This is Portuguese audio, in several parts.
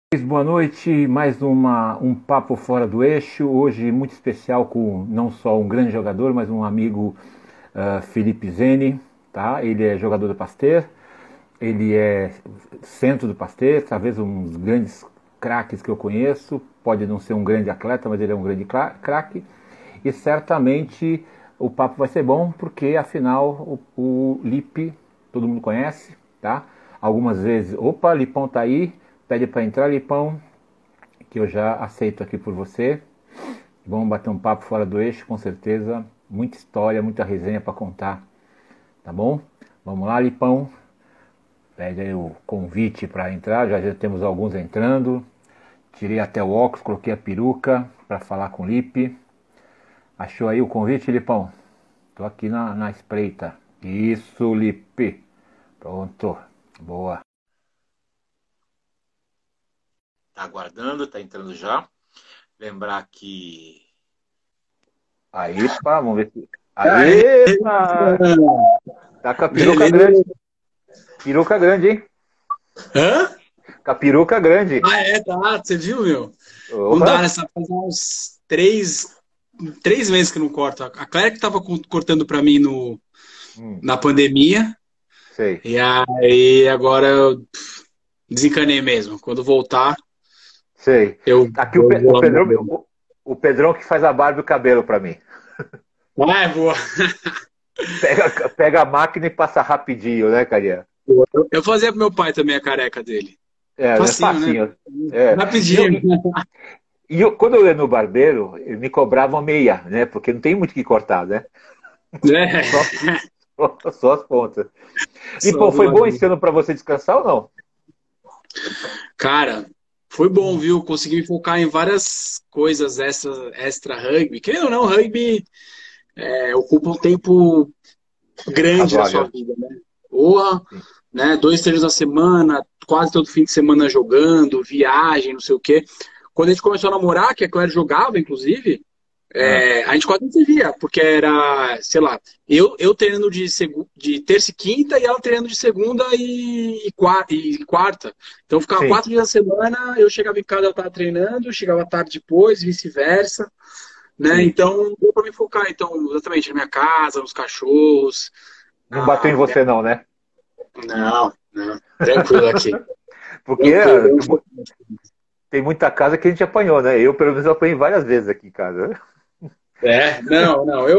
Boa noite, mais um papo fora do eixo, hoje muito especial com não só um grande jogador, mas um amigo, Felipe Zeni, tá? Ele é jogador do Pasteur, ele é centro do Pasteur, talvez um dos grandes craques que eu conheço, pode não ser um grande atleta, mas ele é um grande craque, e certamente o papo vai ser bom, porque afinal o Lipe, todo mundo conhece, tá? Algumas vezes, opa, Lipão tá aí, pede para entrar, Lipão, que eu já aceito aqui por você. Vamos bater um papo fora do eixo, com certeza. Muita história, muita resenha para contar, tá bom? Vamos lá, Lipão. Pede aí o convite para entrar, já temos alguns entrando. Tirei até o óculos, coloquei a peruca para falar com o Lipe. Achou aí o convite, Lipão? Tô aqui na espreita. Isso, Lipe. Pronto. Boa. Tá aguardando, tá entrando já. Lembrar que... Aí, pá, vamos ver se... Aí, pá. Tá com a peruca grande. Peruca grande, hein? Hã? Com a peruca grande. Ah, é, tá. Você viu, meu? Não dá, Opa. nessa faz uns três meses que eu não corto. A Claire que tava cortando pra mim na pandemia. Sei, E aí agora eu desencanei mesmo. Quando voltar, sei. eu Aqui vou lá no Pedrão, cabelo. o Pedrão que faz a barba e o cabelo pra mim. Ah, é boa. Pega a máquina e passa rapidinho, né, carinha? Eu fazia pro meu pai também a careca dele. É Facinho, né? facinho. É. Rapidinho. Quando eu ia no barbeiro, ele me cobrava meia, né? Porque não tem muito o que cortar, né? É. Só, só as pontas. E, Só pô, do foi bom lado. esse ano pra você descansar ou não? Cara, foi bom, viu? Consegui me focar em várias coisas extra rugby. Querendo ou não, rugby ocupa um tempo grande na sua Razoável. vida, né? Porra, Sim. né? 2 treinos na semana, quase todo fim de semana jogando, viagem, não sei o quê. Quando a gente começou a namorar, que a Claire jogava, inclusive, Ah, a gente quase não se via, porque era, sei lá, eu treinando de terça e quinta e ela treinando de segunda e quarta. Então ficava sim. 4 dias na semana, eu chegava em casa, ela estava treinando, chegava tarde depois, vice-versa, né? Sim. Então deu para me focar, então, exatamente, na minha casa, nos cachorros. Não bateu em você, não, né? Não, não, tranquilo aqui. Porque Tranquilo. tem muita casa que a gente apanhou, né? Eu, pelo menos, apanhei várias vezes aqui em casa. Não, não,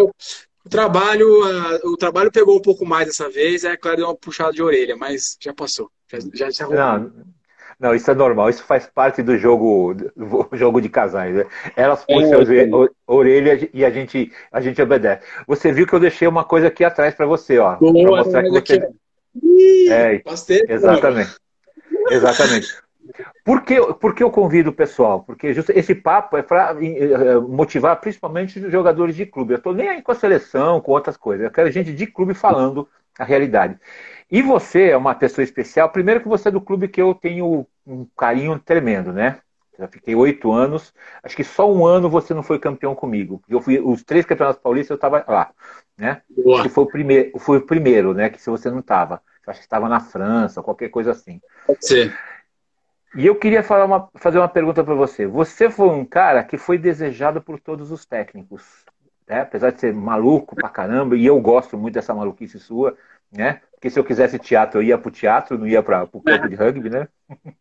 o trabalho pegou um pouco mais dessa vez, é claro, deu uma puxada de orelha, mas já passou, já se arrumou. Não, não, isso é normal, isso faz parte do jogo de casais, né? Elas É, puxam isso aí. a orelha e a gente obedece. Você viu que eu deixei uma coisa aqui atrás para você, ó, para Boa, mostrar que mas aqui, você ó. Ih, é bastante, mano. exatamente, exatamente. Por que eu convido o pessoal? Porque esse papo é para motivar principalmente os jogadores de clube. Eu estou nem aí com a seleção, com outras coisas. Eu quero gente de clube falando a realidade. E você é uma pessoa especial. Primeiro que você é do clube que eu tenho um carinho tremendo, né? Já fiquei 8 anos. Acho que só um ano você não foi campeão comigo. Eu fui os 3 campeonatos paulistas, eu estava lá, né? Acho que Boa, foi o primeiro, né? Que se você não estava, acho que estava na França, qualquer coisa assim. pode ser. E eu queria fazer uma pergunta para você. Você foi um cara que foi desejado por todos os técnicos, né? Apesar de ser maluco pra caramba, e eu gosto muito dessa maluquice sua, né? Porque se eu quisesse teatro, eu ia pro teatro, não ia para o campo de rugby, né?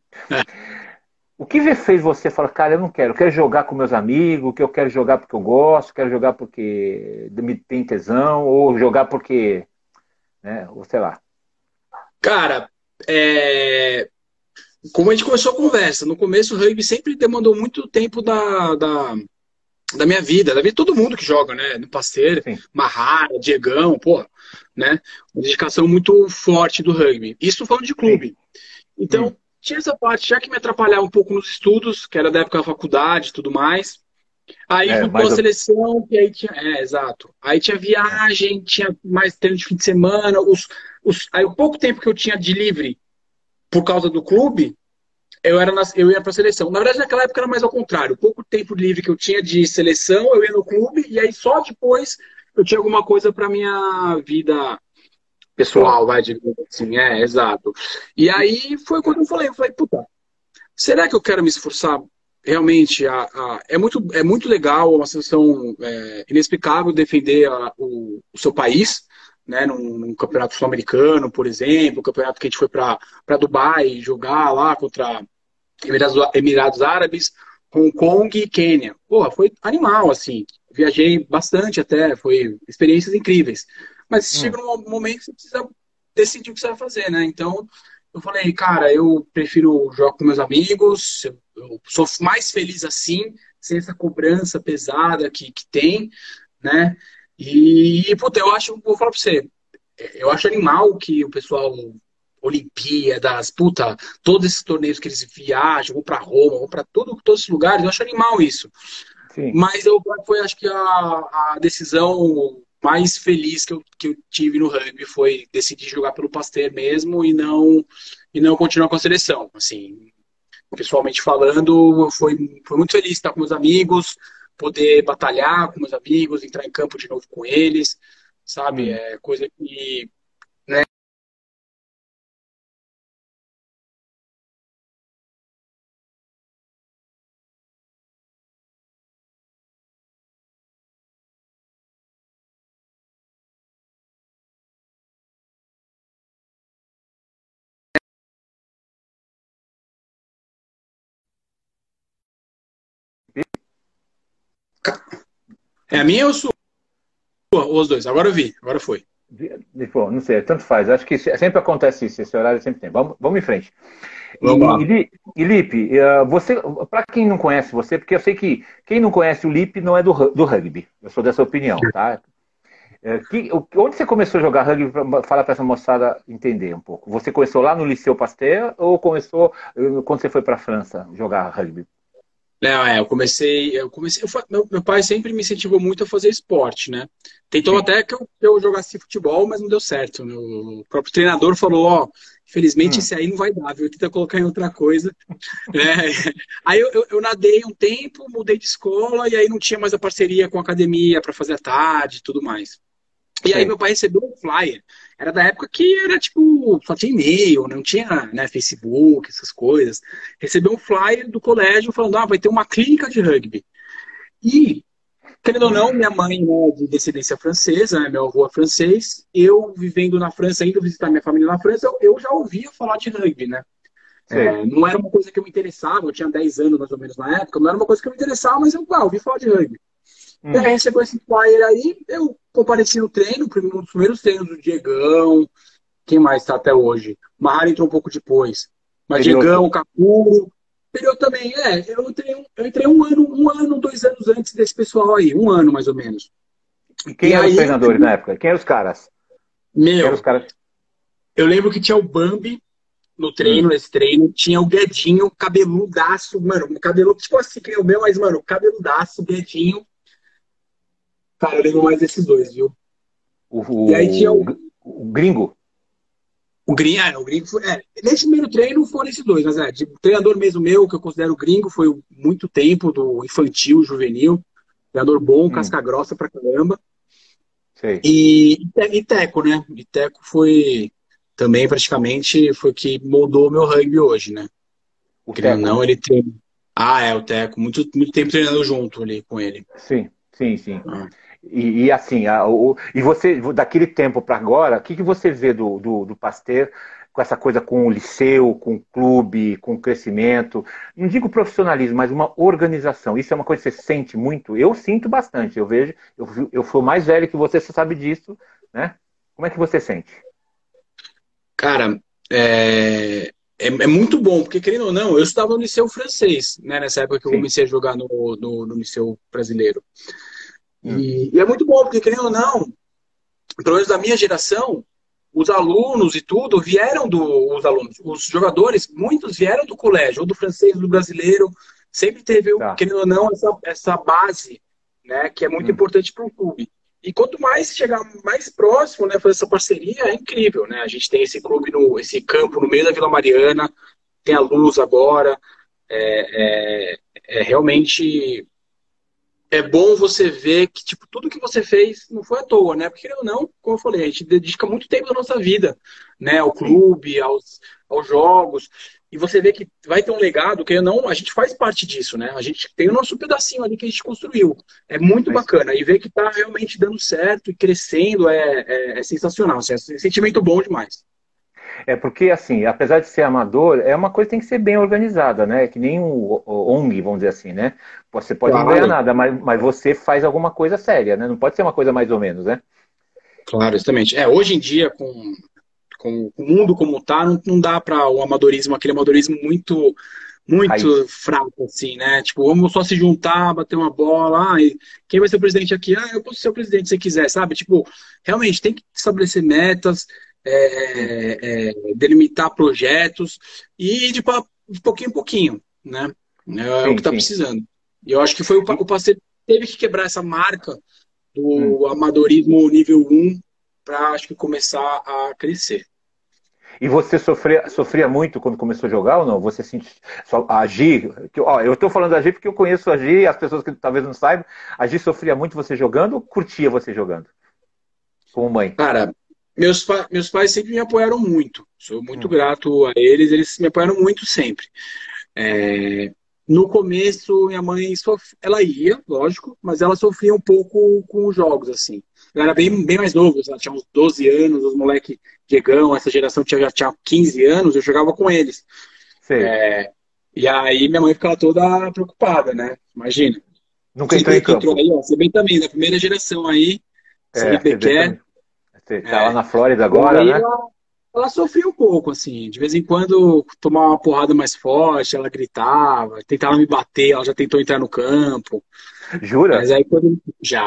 O que fez você falar, cara, eu quero jogar com meus amigos, que eu quero jogar porque eu gosto, quero jogar porque me tem tesão, ou jogar porque, né? Ou sei lá. Cara, como a gente começou a conversa, no começo o rugby sempre demandou muito tempo da minha vida, da vida de todo mundo que joga, né? No Pasteur, Sim, Marrara, Diegão, pô, né? Uma dedicação muito forte do rugby. Isso falando de sim. clube. Então, Hum. tinha essa parte já que me atrapalhava um pouco nos estudos, que era da época da faculdade e tudo mais. Aí É, juntou mas a seleção, que aí tinha. Exato. Aí tinha viagem, tinha mais treino de fim de semana. Aí o pouco tempo que eu tinha de livre por causa do clube, eu ia para a seleção. Na verdade, naquela época era mais ao contrário. O pouco tempo livre que eu tinha de seleção, eu ia no clube, e aí só depois eu tinha alguma coisa para minha vida pessoal. pessoal, vai, digamos assim. É, exato. E aí foi quando eu falei, puta, será que eu quero me esforçar realmente? É muito legal, é uma sensação inexplicável defender o seu país, né, num campeonato sul-americano, por exemplo, um campeonato que a gente foi para Dubai jogar lá contra Emirados Árabes, Hong Kong e Quênia. Porra, foi animal, assim. Viajei bastante até, foi experiências incríveis. Mas chega num momento que você precisa decidir o que você vai fazer, né? Então, eu falei, cara, eu prefiro jogar com meus amigos, eu sou mais feliz assim, sem essa cobrança pesada que tem, né? Puta, eu acho, vou falar pra você, eu acho animal que o pessoal Olimpíadas, puta, todos esses torneios que eles viajam, vão pra Roma, vão pra todos os lugares, eu acho animal isso. Sim. Mas foi, acho que a decisão mais feliz que eu tive no rugby foi decidir jogar pelo Pasteur mesmo e não continuar com a seleção. Assim, pessoalmente falando, foi muito feliz estar com meus amigos, poder batalhar com meus amigos, entrar em campo de novo com eles, sabe? É coisa que, né? É a minha ou sua? Ou os dois? Agora eu vi, agora foi. Pô, não sei, tanto faz. Acho que sempre acontece isso, esse horário sempre tem. Vamos em frente. Vamos lá. E Lipe, você, para quem não conhece você, porque eu sei que quem não conhece o Lipe não é do rugby. Eu sou dessa opinião, tá? Onde você começou a jogar rugby? Fala para essa moçada entender um pouco. Você começou lá no Liceu Pasteur ou começou quando você foi para a França jogar rugby? Não, meu pai sempre me incentivou muito a fazer esporte, né? Tentou Sim. até que eu jogasse futebol, mas não deu certo. O próprio treinador falou, ó, infelizmente esse aí não vai dar, viu? Tenta colocar em outra coisa, né? Aí eu nadei um tempo, mudei de escola e aí não tinha mais a parceria com a academia para fazer à tarde e tudo mais. E aí meu Sei. pai recebeu um flyer. Era da época que era tipo, só tinha e-mail, não tinha, né, Facebook, essas coisas. Recebeu um flyer do colégio falando, vai ter uma clínica de rugby. E, querendo ou não, minha mãe, né, de descendência francesa, né, meu avô é francês, eu vivendo na França, indo visitar minha família na França, eu já ouvia falar de rugby, né? Sei. Não era uma coisa que eu me interessava, eu tinha 10 anos mais ou menos na época, não era uma coisa que eu me interessava, mas eu ouvi falar de rugby. E aí recebeu esse flyer aí, eu compareci no treino, um dos primeiros treinos do Diegão, quem mais está até hoje? Mahara entrou um pouco depois. Mas Perioto. Diegão, Capuro, eu também, eu entrei um ano, 2 anos antes desse pessoal aí, um ano mais ou menos. E E quem eram os aí, treinadores na época? Quem eram os caras? Quem eram os meu, caras? eu lembro que tinha o Bambi no treino, Hum. nesse treino, tinha o Guedinho, cabeludaço, mano, cabelo, tipo assim, que nem o meu, mas, mano, cabeludaço, Guedinho. Cara, eu lembro mais desses dois, viu? O, E aí tinha o, o gringo? O gringo foi, nesse primeiro treino foram esses dois, mas de treinador mesmo meu, que eu considero gringo, foi muito tempo do infantil, juvenil, treinador bom, casca grossa pra caramba. Sei. E Teco, né? E Teco foi também praticamente foi que moldou o meu rugby hoje, né? O Querendo ou Teco. não, ele tem. Ah, o Teco, muito tempo treinando junto ali com ele. Sim, sim, sim. Ah. E assim, e você, daquele tempo para agora, o que você vê do Pasteur com essa coisa com o liceu, com o clube, com o crescimento? Não digo profissionalismo, mas uma organização. Isso é uma coisa que você sente muito? Eu sinto bastante. Eu vejo, eu sou mais velho que você sabe disso, né? Como é que você sente? Cara, é muito bom, porque querendo ou não, eu estava no liceu francês, né? Nessa época que eu Sim. comecei a jogar no liceu brasileiro. Hum. E é muito bom, porque querendo ou não, pelo menos da minha geração, os alunos e tudo vieram os alunos, os jogadores, muitos vieram do colégio, ou do francês, ou do brasileiro, sempre teve, Tá. querendo ou não, essa base, né, que é muito Hum. importante para o clube. E quanto mais chegar mais próximo, né, fazer essa parceria, é incrível, né? A gente tem esse clube, esse campo no meio da Vila Mariana, tem a luz agora, é realmente bom você ver que, tipo, tudo que você fez não foi à toa, né? Porque, querendo ou não, como eu falei, a gente dedica muito tempo da nossa vida, né? Ao Sim. clube, aos jogos. e você vê que vai ter um legado, que não, a gente faz parte disso, né? A gente tem o nosso pedacinho ali que a gente construiu. É muito Mas bacana. E ver que tá realmente dando certo e crescendo é sensacional. Assim, é um sentimento bom demais. é porque, assim, apesar de ser amador, é uma coisa que tem que ser bem organizada, né? É que nem o ONG, vamos dizer assim, né? Você pode não ganhar Claro, nada, mas você faz alguma coisa séria, né? Não pode ser uma coisa mais ou menos, né? claro, exatamente. Hoje em dia, com o mundo como tá, não dá para o amadorismo, aquele amadorismo muito Raiz. fraco, assim, né? Tipo, vamos só se juntar, bater uma bola. Ah, e quem vai ser o presidente aqui? Ah, eu posso ser o presidente se você quiser, sabe? Tipo, realmente tem que estabelecer metas, Sim, delimitar projetos e de pouquinho em pouquinho, né? É o que sim, está sim. precisando. E eu acho que foi o E, parceiro que teve que quebrar essa marca hum. do amadorismo nível um para, acho que, começar a crescer. E você sofria muito quando começou a jogar ou não? Você sente só a Gi, ó, eu estou falando da Gi porque eu conheço a Gi, as pessoas que talvez não saibam, a Gi sofria muito você jogando ou curtia você jogando como mãe? Cara, meus pais sempre me apoiaram muito. Sou muito Hum, grato a eles me apoiaram muito sempre. É, no começo, minha mãe, ela ia, lógico, mas ela sofria um pouco com os jogos, assim. Ela era hum, bem mais novo, ela tinha uns 12 anos, os moleques Diegão, essa geração já tinha 15 anos, eu jogava com eles. sei. E aí minha mãe ficava toda preocupada, né? Imagina. Nunca Você entrou em que entrou campo. aí, ó, você bem também, da primeira geração aí, É, Said você bem Bequer. também. Você tá lá É. na Flórida E agora, aí né? ela sofria um pouco, assim. De vez em quando tomava uma porrada mais forte, ela gritava, tentava me bater, ela já tentou entrar no campo. Mas Jura? aí quando.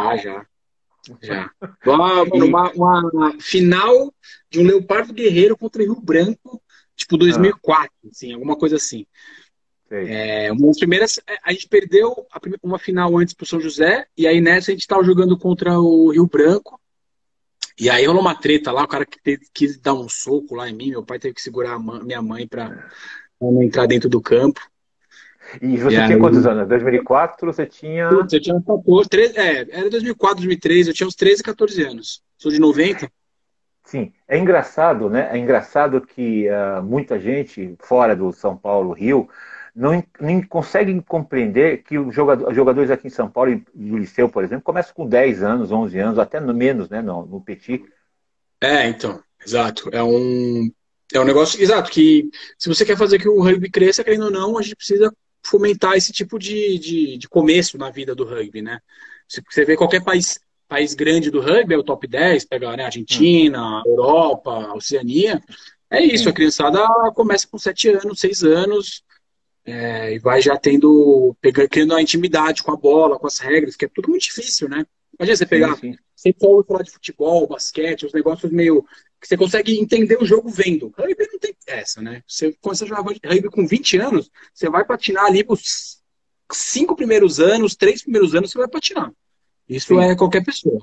Já. Mano, E, uma final de um Leopardo Guerreiro contra Rio Branco, tipo ah, 2004, assim, alguma coisa assim. sei. Uma das primeiras, a gente perdeu uma final antes pro São José, e aí nessa a gente tava jogando contra o Rio Branco. E aí rolou uma treta lá, o cara quis dar um soco lá em mim, meu pai teve que segurar minha mãe pra não entrar dentro do campo. E E você tinha quantos aí, anos? 2004 você tinha. putz, eu tinha uns 14, era 2004, 2003, eu tinha uns 13, 14 anos. Sou de 90. Sim, é engraçado, né? É engraçado que muita gente fora do São Paulo, Rio, não nem conseguem compreender que os jogadores aqui em São Paulo e do Liceu, por exemplo, começam com 10 anos, 11 anos, até menos, né? No Petit. Então, exato. É um negócio, exato, que se você quer fazer que o rugby cresça, querendo ou não, a gente precisa fomentar esse tipo de começo na vida do rugby, né? Se você vê qualquer país grande do rugby, é o top 10, pega, né, Hum, Argentina, Europa, Oceania, é isso, a sim, criançada começa com 7 anos, 6 anos, e vai já tendo, criando a intimidade com a bola, com as regras, que é tudo muito difícil, né? Imagina você sim, pegar, sim, você só ouve falar de futebol, basquete, os negócios meio que você consegue entender o jogo vendo. Rugby não tem essa, né? Você começa a jogar rugby com 20 anos, você vai patinar ali os 5 primeiros anos, 3 primeiros anos, você vai patinar. Isso sim. é qualquer pessoa.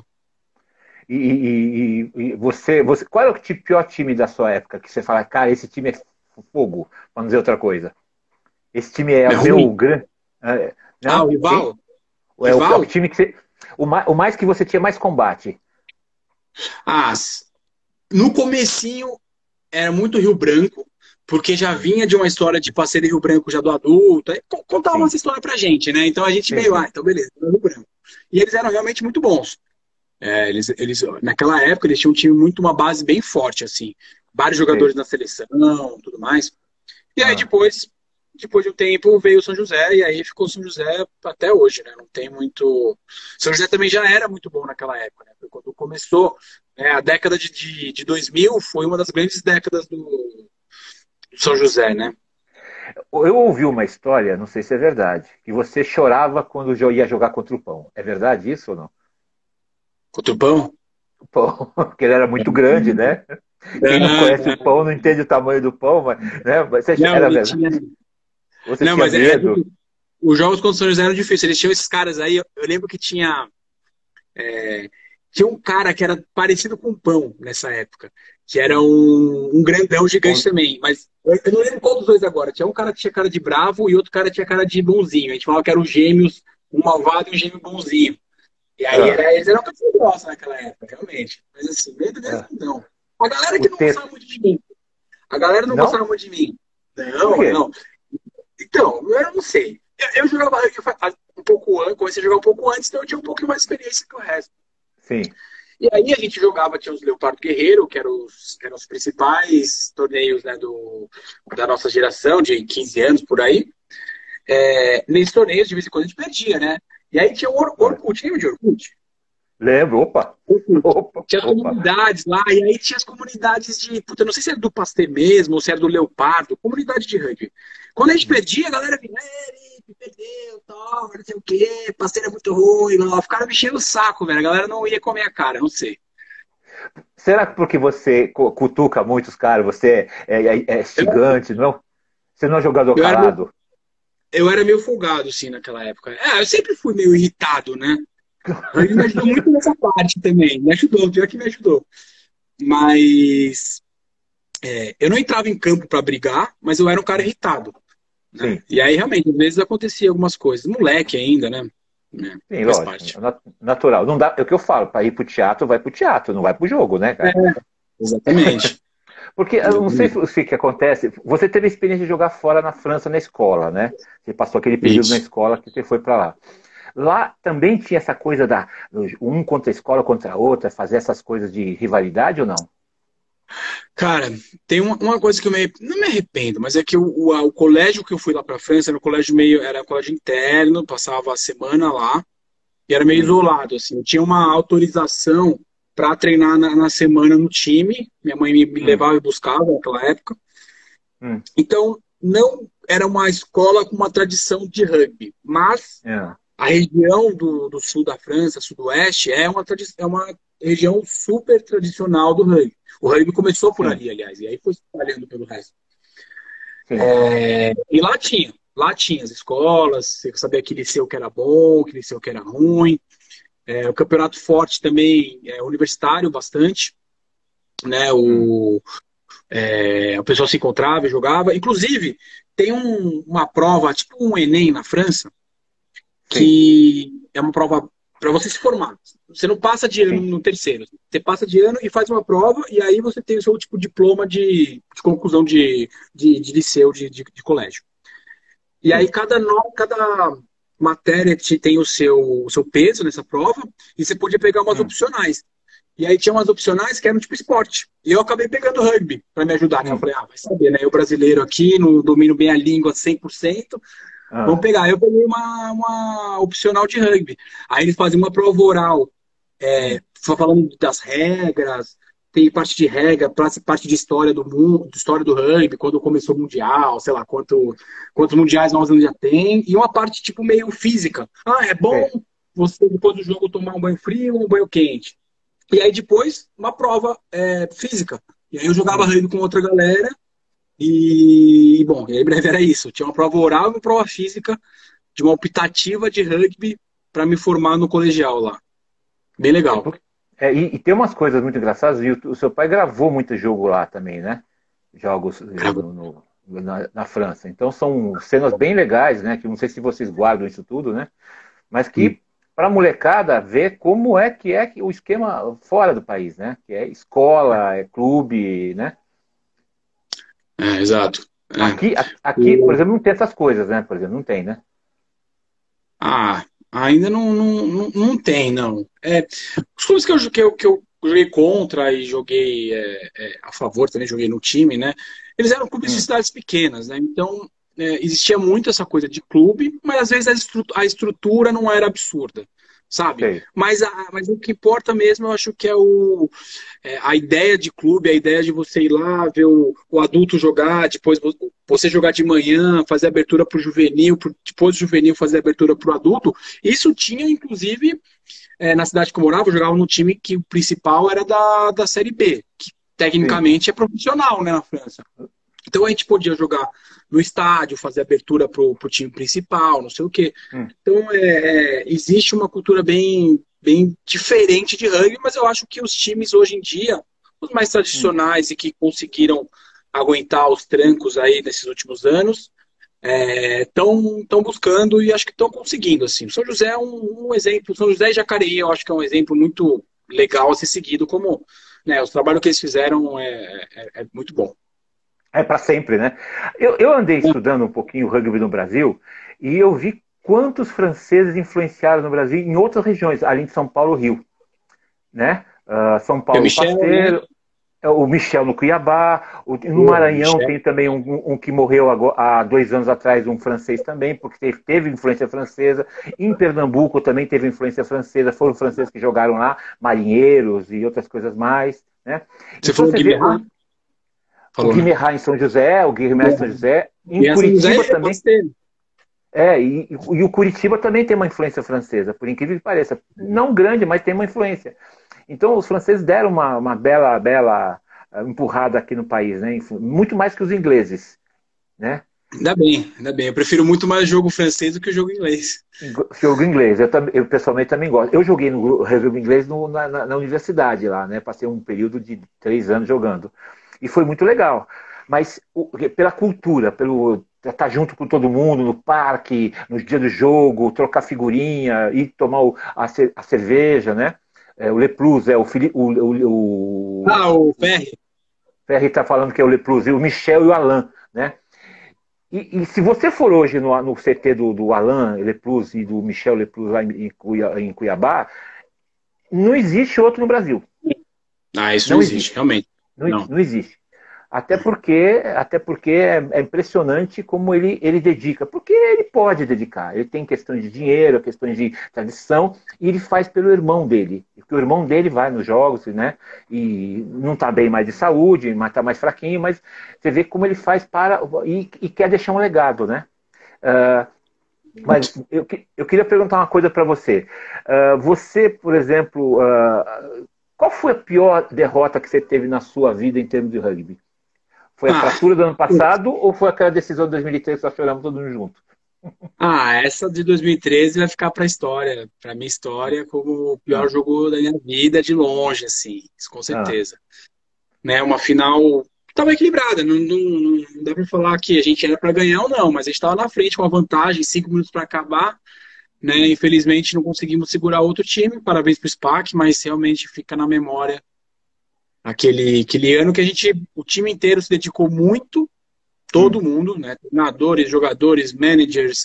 E você, qual é o pior time da sua época que você fala, cara, esse time é fogo, para não dizer outra coisa? Esse time é É o meu ruim. grande. O Não? Sim? rival? É o Rival? time que você. O mais que você tinha mais combate. Ah, no comecinho era muito Rio Branco, porque já Hum, vinha de uma história de parceiro em Rio Branco já do adulto, aí contava sim, essa história pra gente, né? Então a gente sim, meio, sim. então beleza, Rio Branco. E eles eram realmente muito bons. Naquela época, eles tinham um time muito, uma base bem forte, assim. Vários Sei. jogadores na seleção, tudo mais. E aí Ah. depois de um tempo, veio o São José, e aí ficou o São José até hoje, né? Não tem muito. São José também já era muito bom naquela época, né? Foi quando começou, né? A década de 2000 foi uma das grandes décadas do São José, né? Eu ouvi uma história, não sei se é verdade, que você chorava quando ia jogar contra o Pão. É verdade isso ou não? Contra o Pão? O Pão, porque ele era muito grande, né? Quem não Não, conhece o Pão não entende o tamanho do Pão, mas, né? não, Era ele verdade? tinha. Você Não, tinha mas medo? os jogos contra o São José eram difíceis. Eles tinham esses caras aí. Eu lembro que tinha um cara que era parecido com o Pão nessa época, que era um grandão gigante também. Mas eu não lembro qual dos dois agora. Tinha um cara que tinha cara de bravo e outro cara que tinha cara de bonzinho. A gente falava que eram gêmeos, um malvado e um gêmeo bonzinho. E aí Ah, eles eram pessoas grossas naquela época, realmente. Mas assim, medo mesmo ah. não. A galera O que não gostava texto. muito de mim. A galera não gostava Não? muito de mim. Por Não, quê? não. Então, eu não sei. Eu jogava rugby um pouco antes, comecei a jogar um pouco antes, então eu tinha um pouco mais experiência que o resto. Sim. E aí a gente jogava, tinha os Leopardo Guerreiro, que eram os principais torneios, né, da nossa geração, de 15 anos por aí. Nesses torneios, de vez em quando, a gente perdia, né? E aí tinha o Orkut, lembra de Orkut? Lembro, opa, Orkut. opa, Tinha as opa. comunidades lá, e aí tinha as comunidades de. Puta, não sei se era do Pasteur mesmo, ou se era do Leopardo, comunidade de rugby. Quando a gente perdia, a galera vinha, perdeu, toma, não sei o quê, Pasteur é muito ruim, blá, blá. Ficaram me enchendo o saco, velho. A galera não ia comer a cara, não sei. Será que porque você cutuca muito os caras, você é Eu, instigante, não? Você não é um jogador eu era calado? eu era meio folgado, assim, naquela época. Eu sempre fui meio irritado, né? Ele me ajudou muito nessa parte também. Me ajudou, pior que me ajudou. Mas eu não entrava em campo para brigar, mas eu era um cara irritado, né? Sim, E aí, realmente, às vezes acontecia algumas coisas. Moleque ainda, né? sim, Faz lógico, parte. natural. Não dá, é o que eu falo, para ir pro teatro, vai pro teatro, não vai pro jogo, né, É, cara? exatamente. Porque eu não sei Exatamente. se o que acontece. Você teve a experiência de jogar fora na França na escola, né? Você passou aquele período na Isso. escola que você foi para lá. Lá também tinha essa coisa da um contra a escola contra a outra, fazer essas coisas de rivalidade ou não? Cara, tem uma coisa que não me arrependo, mas é que o colégio que eu fui lá para França era um colégio interno, passava a semana lá. E era meio Hum, isolado, assim. Eu tinha uma autorização para treinar na semana no time. Minha mãe me hum, levava e buscava naquela época. hum, Então, não era uma escola com uma tradição de rugby, mas é, a região do sul da França, sudoeste, é uma região super tradicional do rugby. O rugby começou por sim, ali, aliás, e aí foi se espalhando pelo resto. sim, E lá tinha as escolas, você sabia que liceu que era bom, que liceu que era ruim. O campeonato forte também é universitário bastante, né? hum, O pessoal se encontrava e jogava. Inclusive, tem uma prova, tipo um Enem na França, sim, que é uma prova para você se formar. Você não passa de ano sim, no terceiro. Você passa de ano e faz uma prova, e aí você tem o seu tipo diploma de conclusão de liceu, de colégio. E aí sim, cada matéria tem o seu peso nessa prova, e você podia pegar umas hum, opcionais. E aí tinha umas opcionais que eram tipo esporte. E eu acabei pegando rugby para me ajudar, né? Eu hum, falei, vai saber, né? Eu brasileiro aqui, não domino bem a língua 100%, vamos ah, pegar. Eu peguei uma opcional de rugby. Aí eles faziam uma prova oral, hum, só falando das regras, tem parte de regra, parte de história do mundo, de história do rugby, quando começou o mundial, sei lá, quantos mundiais nós já tem, e uma parte tipo meio física. É bom sei, você depois do jogo tomar um banho frio ou um banho quente. E aí depois uma prova física. E aí eu jogava hum. rugby com outra galera e, bom, e aí breve era isso. Tinha uma prova oral e uma prova física de uma optativa de rugby para me formar no colegial lá. Bem É legal. porque, e tem umas coisas muito engraçadas, e o seu pai gravou muito jogo lá também, né? Jogos na França. Então são cenas bem legais, né? Que não sei se vocês guardam isso tudo, né? Mas que para a molecada ver como é que o esquema fora do país, né? Que é escola, é clube, né? Exato. Aqui, por O- exemplo, não tem essas coisas, né? Por exemplo, não tem, né? Ah, ainda não tem, não. Os clubes que eu joguei contra e joguei a favor, também joguei no time, né? Eles eram clubes de Hum, cidades pequenas, né? Então, existia muito essa coisa de clube, mas às vezes a estrutura não era absurda, sabe? sei. Mas o que importa mesmo, eu acho que a ideia de clube, a ideia de você ir lá ver o adulto jogar, depois você jogar de manhã, fazer abertura para o juvenil, depois do juvenil fazer abertura para o adulto. Isso tinha, inclusive, na cidade que eu morava, eu jogava num time que o principal era da Série B, que Sim. tecnicamente é profissional, né, na França. Então a gente podia jogar no estádio, fazer abertura para o time principal, não sei o quê. Hum, Então existe uma cultura bem diferente de rugby, mas eu acho que os times hoje em dia, os mais hum. tradicionais e que conseguiram aguentar os trancos aí nesses últimos anos, estão buscando e acho que estão conseguindo. Assim. O São José é um exemplo, São José e Jacareí eu acho que é um exemplo muito legal a ser seguido, como, né, os trabalhos que eles fizeram é muito bom. É para sempre, né? Eu andei estudando um pouquinho o rugby no Brasil e eu vi quantos franceses influenciaram no Brasil em outras regiões, além de São Paulo e Rio, né? São Tem o Paulo, Michel, né? Pasteiro, o Michel no Cuiabá, no Porra, Maranhão Michel. tem também um que morreu há 2 anos atrás, um francês também, porque teve influência francesa. Em Pernambuco também teve influência francesa, foram franceses que jogaram lá, marinheiros e outras coisas mais, né? Você Então falou você vê Guilherme, o falou, né? Guimerá em São José, o Guimerá em São José, em E essa José Curitiba é também. parceiro. E o Curitiba também tem uma influência francesa, por incrível que pareça. Não grande, mas tem uma influência. Então, os franceses deram uma bela empurrada aqui no país, né? Muito mais que os ingleses, né? Ainda bem, ainda bem. Eu prefiro muito mais o jogo francês do que o jogo inglês. Jogo inglês, eu pessoalmente também gosto. Eu joguei no jogo inglês na universidade lá, né? Passei um período de 3 anos jogando. E foi muito legal. Mas pela cultura, pelo estar junto com todo mundo no parque, no dia do jogo, trocar figurinha, ir tomar a cerveja, né? O Le Plus, o Felipe, Ah, o Ferri. Ferri está falando que é o Le Plus, e o Michel e o Alain, né? E se você for hoje no CT do Alain Lepluz e do Michel Lepluz lá em Cuiabá, não existe outro no Brasil. Ah, isso não Não existe, existe. realmente. Não, Não. não existe. Até porque é impressionante como ele dedica. Porque ele pode dedicar. Ele tem questões de dinheiro, questões de tradição, e ele faz pelo irmão dele. Porque o irmão dele vai nos jogos, né? E não está bem mais de saúde, mas está mais fraquinho, mas você vê como ele faz e quer deixar um legado, né? Mas eu queria perguntar uma coisa para você. Você, por exemplo, qual foi a pior derrota que você teve na sua vida em termos de rugby? Foi a Ah, fratura do ano passado ou foi aquela decisão de 2003 que nós choramos todos juntos junto? essa de 2013 vai ficar para a história, para minha história, como o pior Ah, jogo da minha vida de longe, assim, isso com ah, certeza. Né, uma final estava equilibrada, não dá para falar que a gente era para ganhar ou não, mas a gente estava na frente com a vantagem, 5 minutos para acabar, né? Infelizmente não conseguimos segurar outro time. Parabéns para o SPAC, mas realmente fica na memória aquele ano que o time inteiro se dedicou muito, todo hum. mundo, né? Treinadores, jogadores, managers,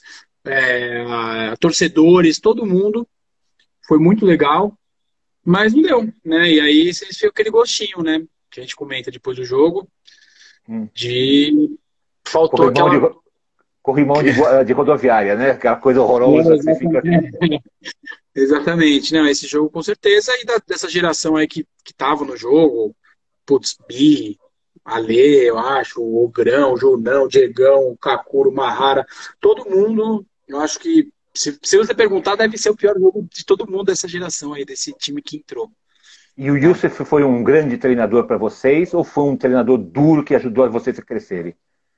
torcedores, todo mundo. Foi muito legal, mas não deu, né? E aí vocês ficam aquele gostinho, né? Que a gente comenta depois do jogo, Hum. de faltou Corrimão de, aquela. corrimão de rodoviária, né? Aquela coisa horrorosa que você fica. Exatamente, não, esse jogo com certeza, e dessa geração aí que tava no jogo, putz, Bi, Ale, eu acho, o Grão, o Junão, o Diegão, o Kakuro, o Mahara, todo mundo, eu acho que, se você perguntar, deve ser o pior jogo de todo mundo dessa geração aí, desse time que entrou. E o Tá? Youssef foi um grande treinador para vocês ou foi um treinador duro que ajudou vocês a crescerem?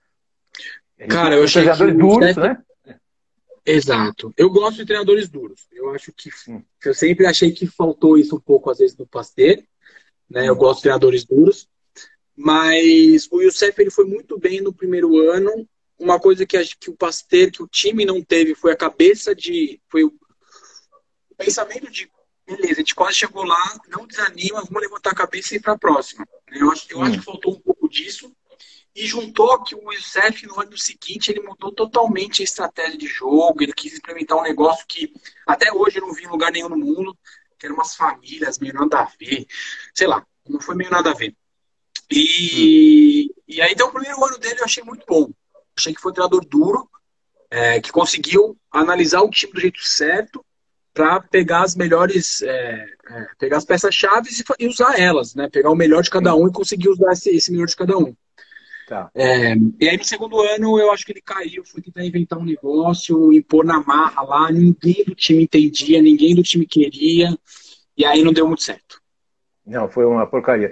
Cara, eu Tem achei que treinadores o duros, Steph. né? Exato. Eu gosto de treinadores duros. Eu acho que. Hum, Eu sempre achei que faltou isso um pouco, às vezes, no Pasteur, né? Eu hum, gosto de treinadores duros. Mas o Youssef ele foi muito bem no primeiro ano. Uma coisa que o Pasteur, que o time não teve, foi a cabeça de. Foi o pensamento de. Beleza, a gente quase chegou lá, não desanima, vamos levantar a cabeça e ir para a próxima. Eu acho que hum, faltou um pouco disso. E juntou que o Youssef, no ano seguinte, ele mudou totalmente a estratégia de jogo. Ele quis implementar um negócio que até hoje eu não vi em lugar nenhum no mundo, que eram umas famílias meio nada a ver. Sei lá, não foi meio nada a ver. hum. E aí, então, o primeiro ano dele eu achei muito bom. Achei que foi um treinador duro, que conseguiu analisar o time do jeito certo para pegar as melhores, pegar as peças-chave e usar elas, né? Pegar o melhor de cada Sim, um e conseguir usar esse melhor de cada um. tá. E aí no segundo ano eu acho que ele caiu, foi tentar inventar um negócio, impor na marra lá, ninguém do time entendia, ninguém do time queria, e aí não deu muito certo. Não, foi uma porcaria.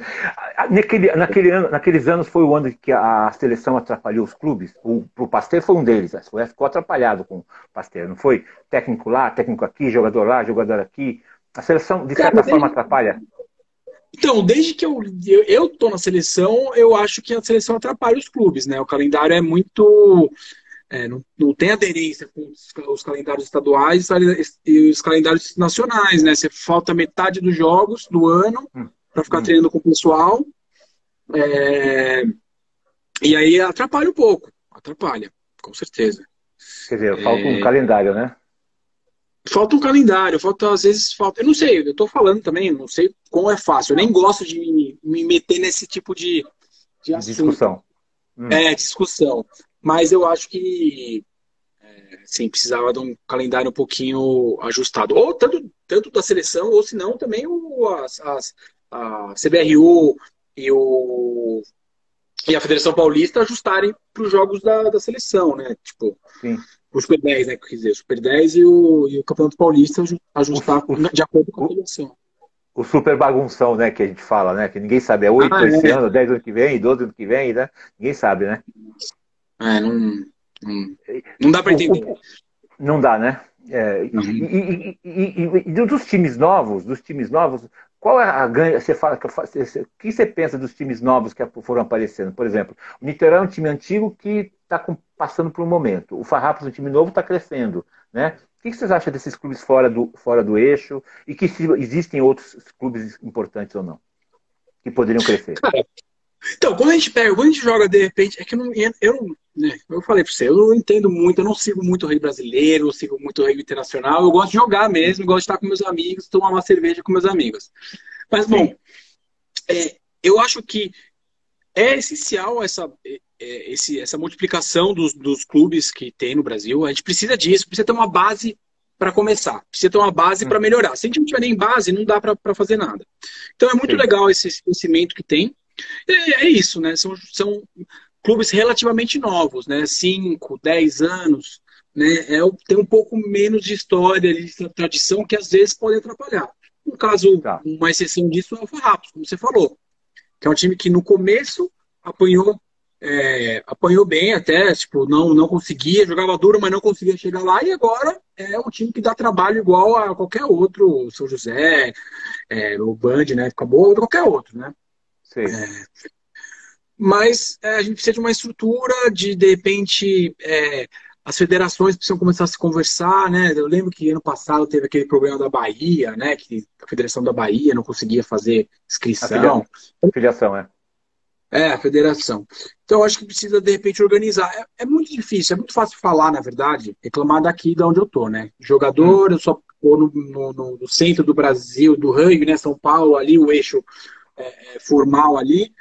Naqueles anos foi o ano que a seleção atrapalhou os clubes. O Pasteur foi um deles. Ficou atrapalhado com o Pasteur, não foi? Técnico lá, técnico aqui, jogador lá, jogador aqui. A seleção, de Cara, certa forma, atrapalha. então, desde que eu tô na seleção, eu acho que a seleção atrapalha os clubes, né? O calendário é muito. Não tem aderência com os calendários estaduais e os calendários nacionais, né? Você falta metade dos jogos do ano Hum, para ficar hum, treinando com o pessoal. É, E aí atrapalha um pouco. Atrapalha, com certeza. Quer dizer, falta um calendário, né? Falta um calendário, às vezes falta. Eu não sei, eu tô falando também, não sei como é fácil. Eu nem Não, gosto de me meter nesse tipo de de assunto. discussão. Hum, É, discussão. Mas eu acho que sim, precisava de um calendário um pouquinho ajustado. Ou tanto da seleção, ou se não, também a CBRU e, e a Federação Paulista ajustarem para os jogos da seleção, né? Tipo, sim. o Super 10, né? Quer dizer, o Super 10 e o Campeonato Paulista Os, ajustar os, de acordo com a o, federação. o super bagunção, né, que a gente fala, né? Que ninguém sabe. É Ah, 8 esse é. ano, 10 ano que vem, 12 ano que vem, né? Ninguém sabe, né? É, não, não dá para O, entender. o, não dá, né? É, Uhum. e dos times novos, qual é a ganha? Você fala o que você pensa dos times novos que foram aparecendo? Por exemplo, o Niterói é um time antigo que está passando por um momento. O Farrapos, um time novo, está crescendo, né? O que vocês acham desses clubes fora do eixo e que se existem outros clubes importantes ou não que poderiam crescer? Cara, então, quando a gente joga de repente, é que né, eu falei pra você, eu não entendo muito, eu não sigo muito o rei brasileiro, eu sigo muito o rei internacional, eu gosto de jogar mesmo, eu gosto de estar com meus amigos, tomar uma cerveja com meus amigos. Mas, bom, Sim, eu acho que é essencial essa multiplicação dos clubes que tem no Brasil. A gente precisa disso, precisa ter uma base para começar, precisa ter uma base para melhorar. Se a gente não tiver nem base, não dá para fazer nada. Então é muito sim, legal esse crescimento que tem. É isso, né? São clubes relativamente novos, né? 5, 10 anos, né? Tem um pouco menos de história, de tradição, que às vezes pode atrapalhar. No caso, tá. uma exceção disso é o Farrapos, como você falou, que é um time que no começo apanhou, apanhou bem até, tipo, não conseguia, jogava duro, mas não conseguia chegar lá, e agora é um time que dá trabalho igual a qualquer outro, São José, o Band, né? Acabou qualquer outro, né? Sei. Mas a gente precisa de uma estrutura, de repente, as federações precisam começar a se conversar, né? Eu lembro que ano passado teve aquele problema da Bahia, né? Que a Federação da Bahia não conseguia fazer A filia- inscrição. filiação, é. É, a federação. Então, eu acho que precisa, de repente, organizar. É muito difícil, é muito fácil falar, na verdade, reclamar daqui de onde eu tô, né? Hum, Jogador, eu só tô no centro do Brasil, do rugby, né? São Paulo, ali, o eixo formal ali.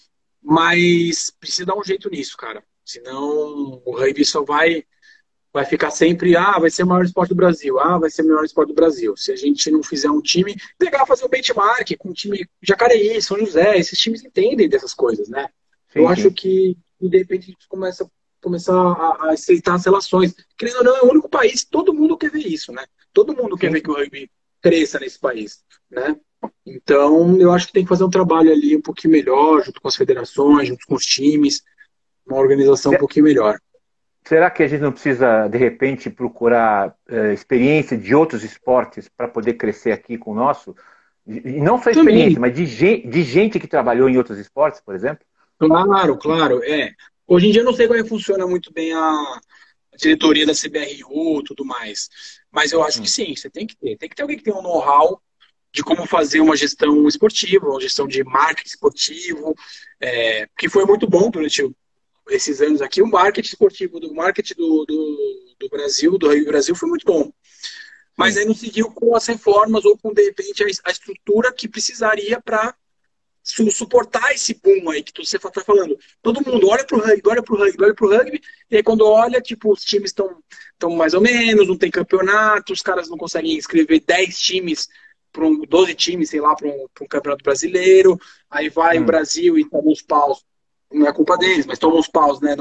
Mas precisa dar um jeito nisso, cara. Senão o rugby só vai ficar sempre, vai ser o maior esporte do Brasil, vai ser o melhor esporte do Brasil. Se a gente não fizer um time, pegar, fazer um benchmark com um time Jacareí, São José, esses times entendem dessas coisas, né? Eu sim, acho sim. que, de repente, a gente começar a estreitar as relações. Querendo ou não, é o único país, todo mundo quer ver isso, né? Todo mundo quer Sim, ver que sim. o rugby cresça nesse país, né? Então, eu acho que tem que fazer um trabalho ali um pouquinho melhor, junto com as federações, junto com os times, uma organização um Se- pouquinho melhor. Será que a gente não precisa, de repente, procurar experiência de outros esportes para poder crescer aqui com o nosso? E não só Também, experiência, mas de gente que trabalhou em outros esportes, por exemplo? claro, claro, é. Hoje em dia eu não sei como é que funciona muito bem a diretoria da CBRU e tudo mais, mas eu acho que Hum, sim, você tem que ter alguém que tem um know-how de como fazer uma gestão esportiva, uma gestão de marketing esportivo, que foi muito bom durante esses anos aqui. O marketing esportivo do marketing do Brasil, do Rio Brasil, foi muito bom. Mas sim, aí não seguiu com as reformas ou com, de repente, a estrutura que precisaria para suportar esse boom aí que você está falando. Todo mundo olha para o rugby, olha para o rugby, olha para o rugby, e aí quando olha, tipo, os times estão mais ou menos, não tem campeonato, os caras não conseguem inscrever 10 times para 12 times, sei lá, para um campeonato brasileiro, aí vai o hum. Brasil e toma os paus, não é culpa deles, mas toma os paus, né,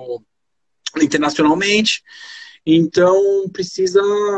internacionalmente. Então, precisa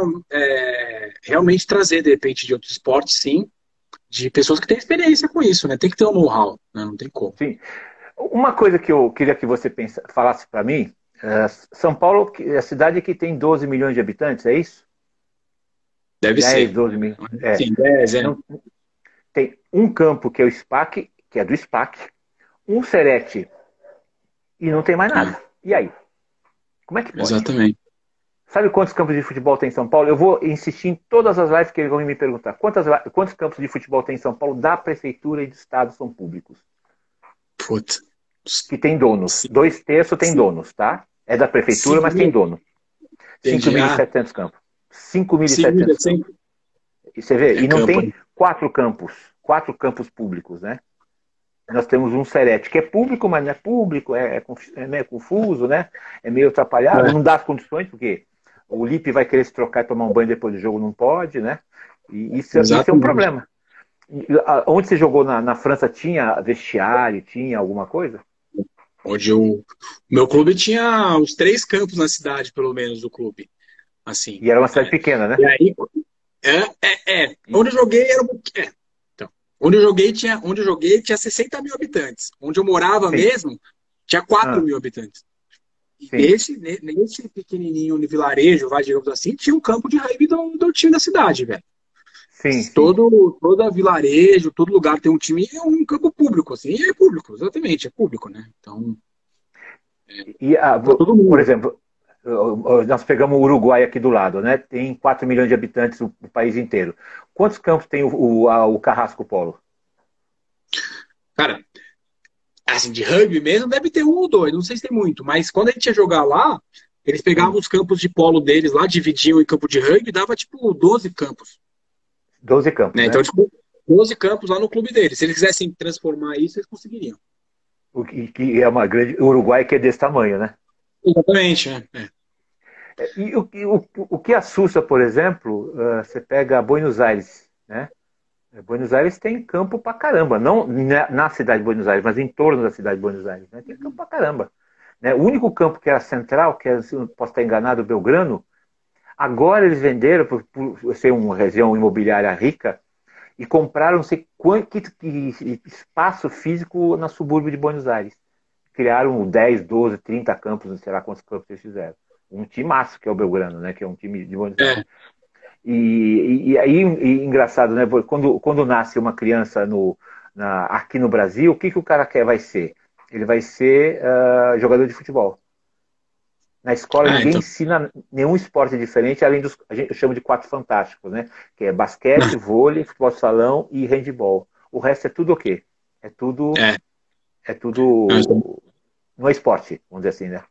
realmente trazer, de repente, de outros esportes, sim, de pessoas que têm experiência com isso, né? Tem que ter um know-how, né? Não tem como. Sim. Uma coisa que eu queria que você falasse para mim, São Paulo é a cidade que tem 12 milhões de habitantes, é isso? Deve 10, ser. 12 milhões. É. Sim, 10, Não, tem um campo que é o SPAC, que é do SPAC, um Serete e não tem mais nada. E aí? Como é que pode? exatamente. Sabe quantos campos de futebol tem em São Paulo? Eu vou insistir em todas as lives que eles vão me perguntar. Quantos campos de futebol tem em São Paulo da prefeitura e do estado são públicos? Puta. que tem donos. 2/3 tem donos, tá? É da prefeitura, mas tem dono. 5.700 campos. 5.700 campos. E você vê, e não tem 4 campos públicos, né? Nós temos um Serete que é público, mas não é público, é meio confuso, né? É meio atrapalhado, não dá as condições, porque o Lipe vai querer se trocar e tomar um banho depois do jogo, não pode, né? E isso é um problema. Onde você jogou na França, tinha vestiário, tinha alguma coisa? Onde o meu clube tinha os 3 campos na cidade, pelo menos, do clube. Assim, e era uma cidade pequena, né? E aí, onde eu joguei era então, onde eu joguei tinha 60 mil habitantes. Onde eu morava mesmo, tinha 4 mil habitantes. E nesse pequenininho vilarejo, digamos assim, tinha um campo de rugby do time da cidade, velho. Todo vilarejo, todo lugar tem um time e um campo público, assim. E é público, exatamente, é público, né? Então. Por exemplo, nós pegamos o Uruguai aqui do lado, né? Tem 4 milhões de habitantes o país inteiro. Quantos campos tem o Carrasco Polo? Cara, assim, de rugby mesmo deve ter 1 ou 2, não sei se tem muito, mas quando a gente ia jogar lá, eles pegavam os campos de polo deles lá, dividiam em campo de rugby, dava tipo 12 campos. 12 campos, né? Então, tipo, 12 campos lá no clube deles. Se eles quisessem transformar isso, eles conseguiriam. O que é uma grande. O Uruguai que é desse tamanho, né? Exatamente, E o que assusta, por exemplo, você pega Buenos Aires, né? Buenos Aires tem campo pra caramba, não na cidade de Buenos Aires, mas em torno da cidade de Buenos Aires, né? Tem campo pra caramba. Né? O único campo que era central, que era, se eu posso estar enganado, o Belgrano, agora eles venderam, por ser uma região imobiliária rica, e compraram não sei que espaço físico na subúrbio de Buenos Aires. Criaram 10, 12, 30 campos, não sei lá quantos campos eles fizeram. Um timaço, que é o Belgrano, né? Que é um time de Buenos Aires. E aí, engraçado, né? Quando nasce uma criança aqui no Brasil, o que o cara vai ser? Ele vai ser jogador de futebol. Na escola ninguém ensina nenhum esporte diferente, além dos, eu chamo de 4 fantásticos, né? Que é basquete, vôlei, futebol de salão e handebol. O resto é tudo o quê? É tudo não é esporte, vamos dizer assim, né?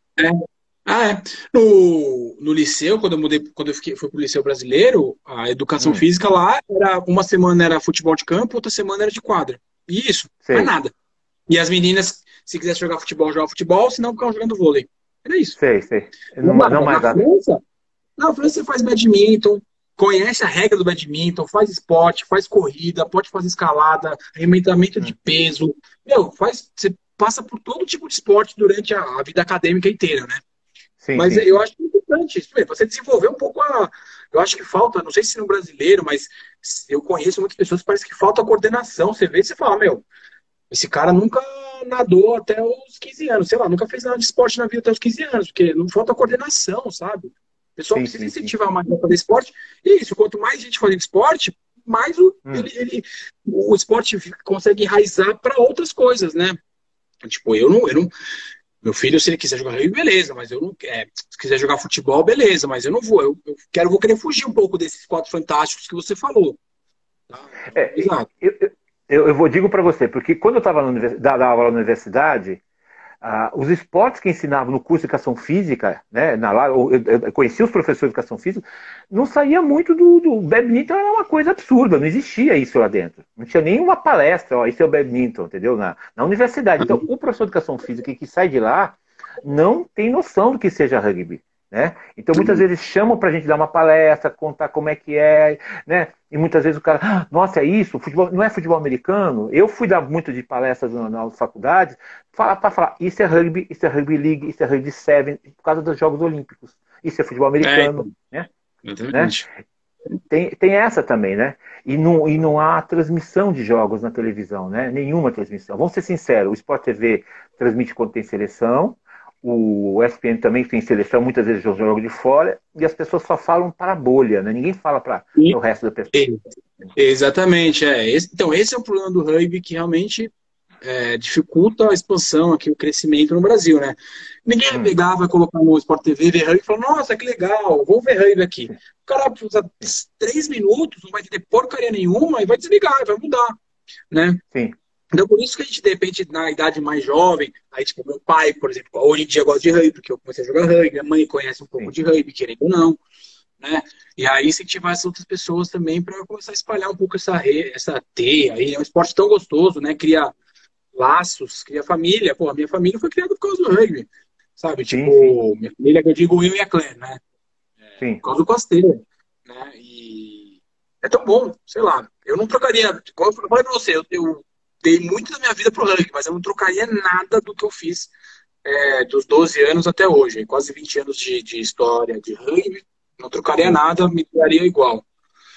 No liceu, quando eu fui pro liceu brasileiro, a educação física lá era uma semana era futebol de campo, outra semana era de quadra. E isso, não é nada. E as meninas, se quisessem jogar futebol, jogavam futebol, senão ficavam jogando vôlei. Era isso. Sei. Não mais nada. Na França você faz badminton, conhece a regra do badminton, faz esporte, faz corrida, pode fazer escalada, aumentamento de peso. Você passa por todo tipo de esporte durante a vida acadêmica inteira, né? Mas eu acho importante isso, você desenvolver um pouco eu acho que falta, não sei se no brasileiro, mas eu conheço muitas pessoas que parece que falta coordenação. Você vê e você fala, esse cara nunca nadou até os 15 anos, sei lá, nunca fez nada de esporte na vida até os 15 anos, porque não falta coordenação, sabe? O pessoal precisa incentivar mais a fazer esporte. E isso, quanto mais gente fazendo esporte, mais o esporte consegue enraizar para outras coisas, né? Tipo, eu não. Meu filho, se ele quiser jogar rugby, beleza, mas eu não quero. Se quiser jogar futebol, beleza, mas eu não vou. Eu vou querer fugir um pouco desses 4 fantásticos que você falou. Tá? Exato. Eu digo para você, porque quando eu estava dava aula na universidade, os esportes que ensinavam no curso de educação física, né, eu conhecia os professores de educação física, não saía muito do badminton, era uma coisa absurda, não existia isso lá dentro. Não tinha nenhuma palestra, isso é o badminton, entendeu? Na universidade. Então, o professor de educação física que sai de lá não tem noção do que seja rugby. Né? Então, muitas vezes chamam para a gente dar uma palestra, contar como é que é, né? E muitas vezes o cara, nossa, é isso, futebol, não é futebol americano? Eu fui dar muito de palestras na faculdade para falar, isso é rugby league, isso é rugby 7, por causa dos Jogos Olímpicos. Isso é futebol americano, né? Tem essa também, né? E não há transmissão de jogos na televisão, né? Nenhuma transmissão. Vamos ser sinceros, o Sport TV transmite quando tem seleção, o ESPN também tem seleção, muitas vezes jogo de fora, e as pessoas só falam para a bolha, né? Ninguém fala para o resto da pessoa. Exatamente, Então, esse é o problema do rugby que realmente dificulta a expansão aqui, o crescimento no Brasil, né? Ninguém vai pegar, vai colocar no Sport TV, ver rugby e falar, nossa, que legal, vou ver rugby aqui. O cara vai usar 3 minutos, não vai entender porcaria nenhuma e vai desligar, vai mudar, né? Sim. Então, por isso que a gente, de repente, na idade mais jovem, aí, tipo, meu pai, por exemplo, hoje em dia gosta de rugby, porque eu comecei a jogar rugby, minha mãe conhece um pouco Sim, de rugby, querendo ou não, né? E aí incentivar essas outras pessoas também para começar a espalhar um pouco essa teia aí. É um esporte tão gostoso, né? Cria laços, cria família. Pô, a minha família foi criada por causa do rugby, sabe? sim, sim, Tipo, minha família, que eu digo eu e a Claire, né? Por sim. causa do Pasteiro, né? E é tão bom, sei lá. Eu não trocaria, como eu falei pra você, eu dei muito da minha vida pro rugby, mas eu não trocaria nada do que eu fiz dos 12 anos até hoje. Quase 20 anos de história de rugby. Não trocaria Sim. nada, me daria igual.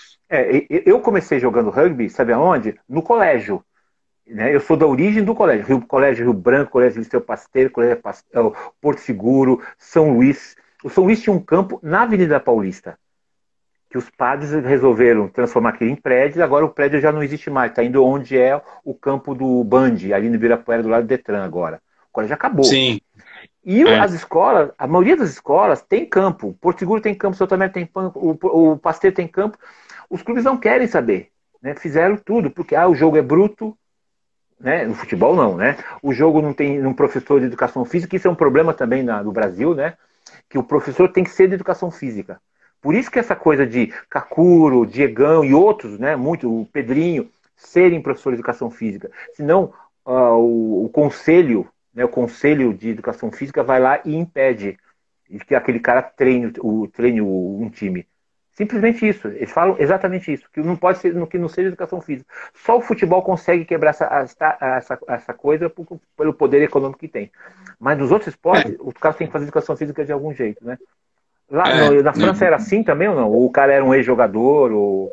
Eu comecei jogando rugby, sabe aonde? No colégio. Né? Eu sou da origem do colégio. Colégio Rio Branco, Colégio Liceu Pasteiro, Colégio Pastel, Porto Seguro, São Luís. O São Luís tinha um campo na Avenida Paulista, que os padres resolveram transformar aquilo em prédio, agora o prédio já não existe mais, está indo onde é o campo do Band, ali no Ibirapuera, do lado do Detran agora. O colégio acabou. Sim, E é. as escolas, a maioria das escolas tem campo. Porto Seguro tem campo, São Tomé tem campo, o Pasteiro tem campo. Os clubes não querem saber. Né? Fizeram tudo, porque o jogo é bruto, né? No futebol não, né? O jogo não tem um professor de educação física, isso é um problema também no Brasil, né? Que o professor tem que ser de educação física. Por isso que essa coisa de Kakuro, Diegão e outros, né? Muito, o Pedrinho, serem professores de educação física. Senão o conselho, né? O conselho de educação física vai lá e impede que aquele cara treine um time. Simplesmente isso. Eles falam exatamente isso, que não pode ser, que não seja educação física. Só o futebol consegue quebrar essa coisa pelo poder econômico que tem. Mas nos outros É, esportes, os caras têm que fazer educação física de algum jeito, né? Lá na né? França era assim também ou não? Ou o cara era um ex-jogador, ou...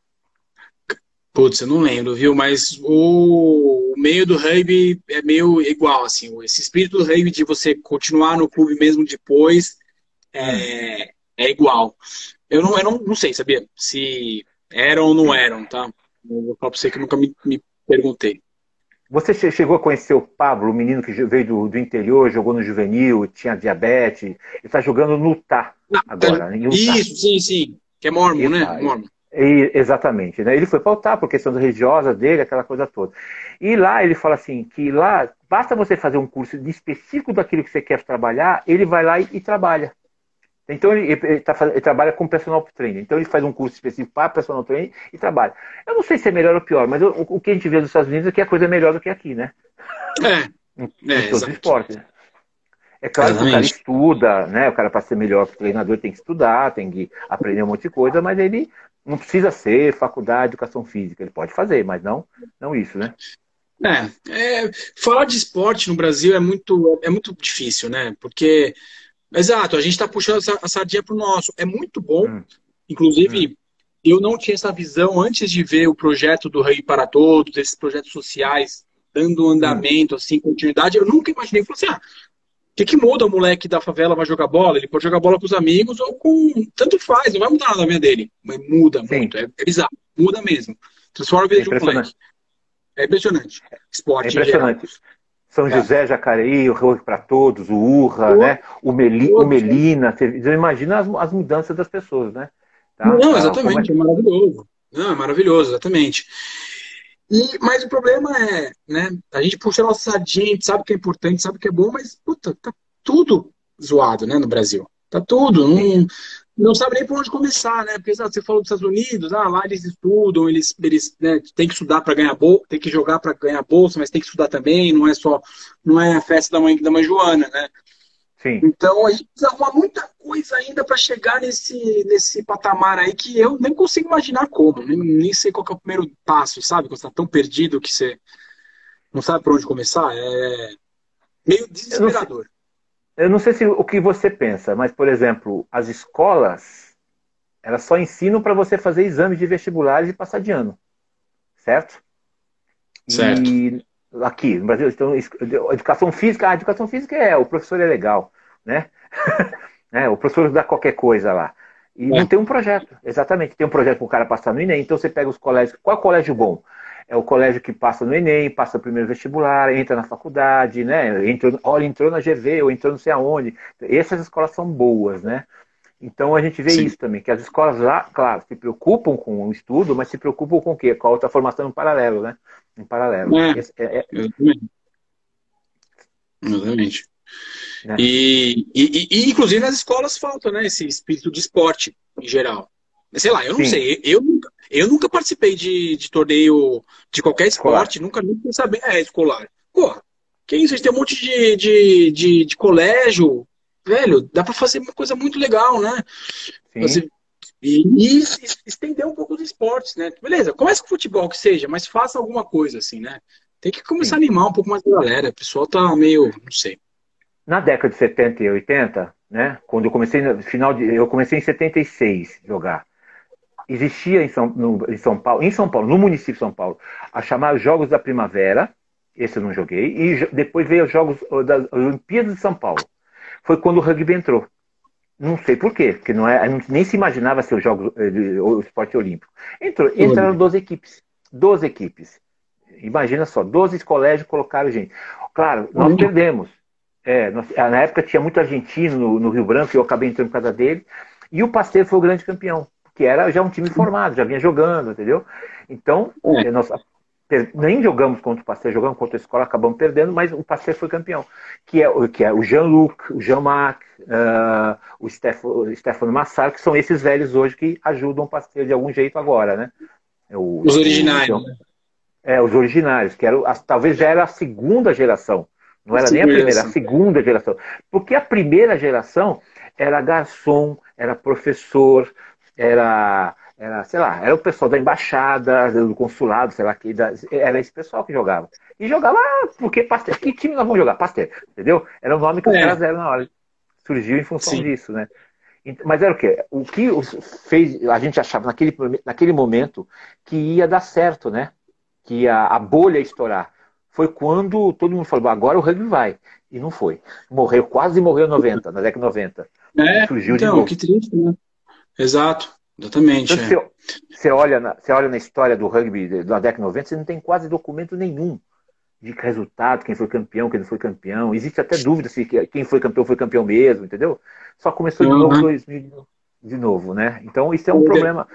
Putz, eu não lembro, viu? Mas o meio do rugby é meio igual, assim. Esse espírito do rugby de você continuar no clube mesmo depois Hum, é igual. Eu não sei, sabia? Se eram ou não sim. eram, tá? Eu vou falar pra você que eu nunca me perguntei. Você chegou a conhecer o Pablo, o menino que veio do interior, jogou no juvenil, tinha diabetes, ele está jogando no Utah Ah, agora, em Utah. isso, sim, sim. Que é Mormon, Isso, né? Mormon. exatamente. Né? Ele foi para o Utah por questão religiosa dele, aquela coisa toda. E lá ele fala assim, que lá basta você fazer um curso específico daquilo que você quer trabalhar, ele vai lá e trabalha. Então ele trabalha com personal trainer. Então ele faz um curso específico para personal trainer e trabalha. Eu não sei se é melhor ou pior, mas o que a gente vê nos Estados Unidos é que a coisa é melhor do que aqui, né? Em todos os Exato. esportes. É claro que o cara Exatamente. estuda, né? O cara, para ser melhor treinador, tem que estudar, tem que aprender um monte de coisa, mas ele não precisa ser faculdade de educação física. Ele pode fazer, mas não isso, né? Falar de esporte no Brasil é muito difícil, né? Porque, exato, a gente está puxando a sardinha para o nosso. É muito bom. Hum, hum, Inclusive, eu não tinha essa visão antes de ver o projeto do Rei para Todos, esses projetos sociais dando hum. andamento, assim, continuidade. Eu nunca imaginei, falei assim, o que muda o moleque da favela vai jogar bola? Ele pode jogar bola com os amigos ou com... Tanto faz, não vai mudar nada na vida dele. Mas muda Sim, muito, é bizarro, muda mesmo. Transforma a é vida de um impressionante. moleque. É impressionante. É Esporte em geral. impressionante. São É. José, Jacareí, o Rui para Todos, o Urra, né? O Todos. Melina. Você imagina as mudanças das pessoas, né? Tá? Não, Como exatamente, é maravilhoso. Não, é maravilhoso, exatamente. Mas o problema é, né? A gente puxa a nossa sardinha, a gente sabe que é importante, sabe que é bom, mas, puta, tá tudo zoado, né, no Brasil. Tá tudo. sim, Não sabe nem por onde começar, né? Porque sabe, você falou dos Estados Unidos, lá eles estudam, eles né, têm que estudar para ganhar bolsa, tem que jogar para ganhar bolsa, mas tem que estudar também, não é a festa da mãe Joana, né? sim. Então a gente precisa arrumar muita coisa ainda para chegar nesse patamar aí que eu nem consigo imaginar como, nem sei qual que é o primeiro passo, sabe? Quando você está tão perdido que você não sabe por onde começar, é meio Eu não sei, desesperador. eu não sei se o que você pensa, mas, por exemplo, as escolas, elas só ensinam para você fazer exames de vestibulares e passar de ano, certo? Certo. E aqui no Brasil, então, educação física, a educação física o professor é legal, né? Né? O professor dá qualquer coisa lá. E não É. tem um projeto, exatamente. Tem um projeto para o cara passar no Enem. Então você pega os colégios. Qual é o colégio bom? É o colégio que passa no Enem, passa o primeiro vestibular, entra na faculdade, né? Entrou na GV ou entrou não sei aonde. Essas escolas são boas, né? Então a gente vê Sim. isso também, que as escolas lá, claro, se preocupam com o estudo, mas se preocupam com o quê? Com a outra formação em paralelo, né? em paralelo. É, exatamente. Exatamente. Né? Inclusive nas escolas falta, né, esse espírito de esporte em geral. Sei lá, eu não Sim, sei, eu nunca participei de torneio de qualquer escolar. esporte, nunca fui saber, escolar. Porra, que isso? A gente tem um monte de colégio, velho, dá pra fazer uma coisa muito legal, né? Sim, Você, e estender um pouco os esportes, né? Beleza, comece com futebol que seja, mas faça alguma coisa assim, né? Tem que começar a sim. animar um pouco mais a galera, o pessoal tá meio, não sei. Na década de 70 e 80, né, quando eu comecei no final de, eu comecei em 76 a jogar. Existia em São Paulo, no município de São Paulo, a chamar Jogos da Primavera. Esse eu não joguei. E depois veio os Jogos das Olimpíadas de São Paulo. Foi quando o rugby entrou. Não sei por quê, porque não é, nem se imaginava ser o esporte olímpico. Entraram 12 equipes. 12 equipes. Imagina só, 12 colégios colocaram gente. Claro, nós perdemos. Na época tinha muito argentino no Rio Branco, eu acabei entrando por causa dele. E o Pasteiro foi o grande campeão, que era já um time formado, já vinha jogando, entendeu? Então, É, nós nem jogamos contra o Pasteiro, jogamos contra a escola, acabamos perdendo, mas o Pasteiro foi campeão. Que é o Jean-Luc, o Jean-Marc, o Stefano Massaro, que são esses velhos hoje que ajudam o Pasteiro de algum jeito agora, né? os originais, né? Os originários, talvez já era a segunda geração. Não era nem a Segunda primeira, a geração. segunda geração. Porque a primeira geração era garçom, era professor, sei lá, era o pessoal da embaixada, do consulado, sei lá, era esse pessoal que jogava. E jogava porque Pasteur. Que time nós vamos jogar? Pasteur, entendeu? Era o nome que os É, caras deram na hora. Surgiu em função sim. disso, né? Mas era o quê? O que fez, a gente achava naquele momento que ia dar certo, né? Que a bolha ia estourar. Foi quando todo mundo falou, agora o rugby vai. E não foi. Quase morreu na década de 90. E surgiu de Então, novo. que triste, né? Exato, exatamente, Tanto que você olha na história do rugby da década de 90, você não tem quase documento nenhum de resultado, quem foi campeão. Existe até dúvida se quem foi campeão mesmo, entendeu? Só começou de novo em Uhum. 2000, de novo, né? Então isso é um problema.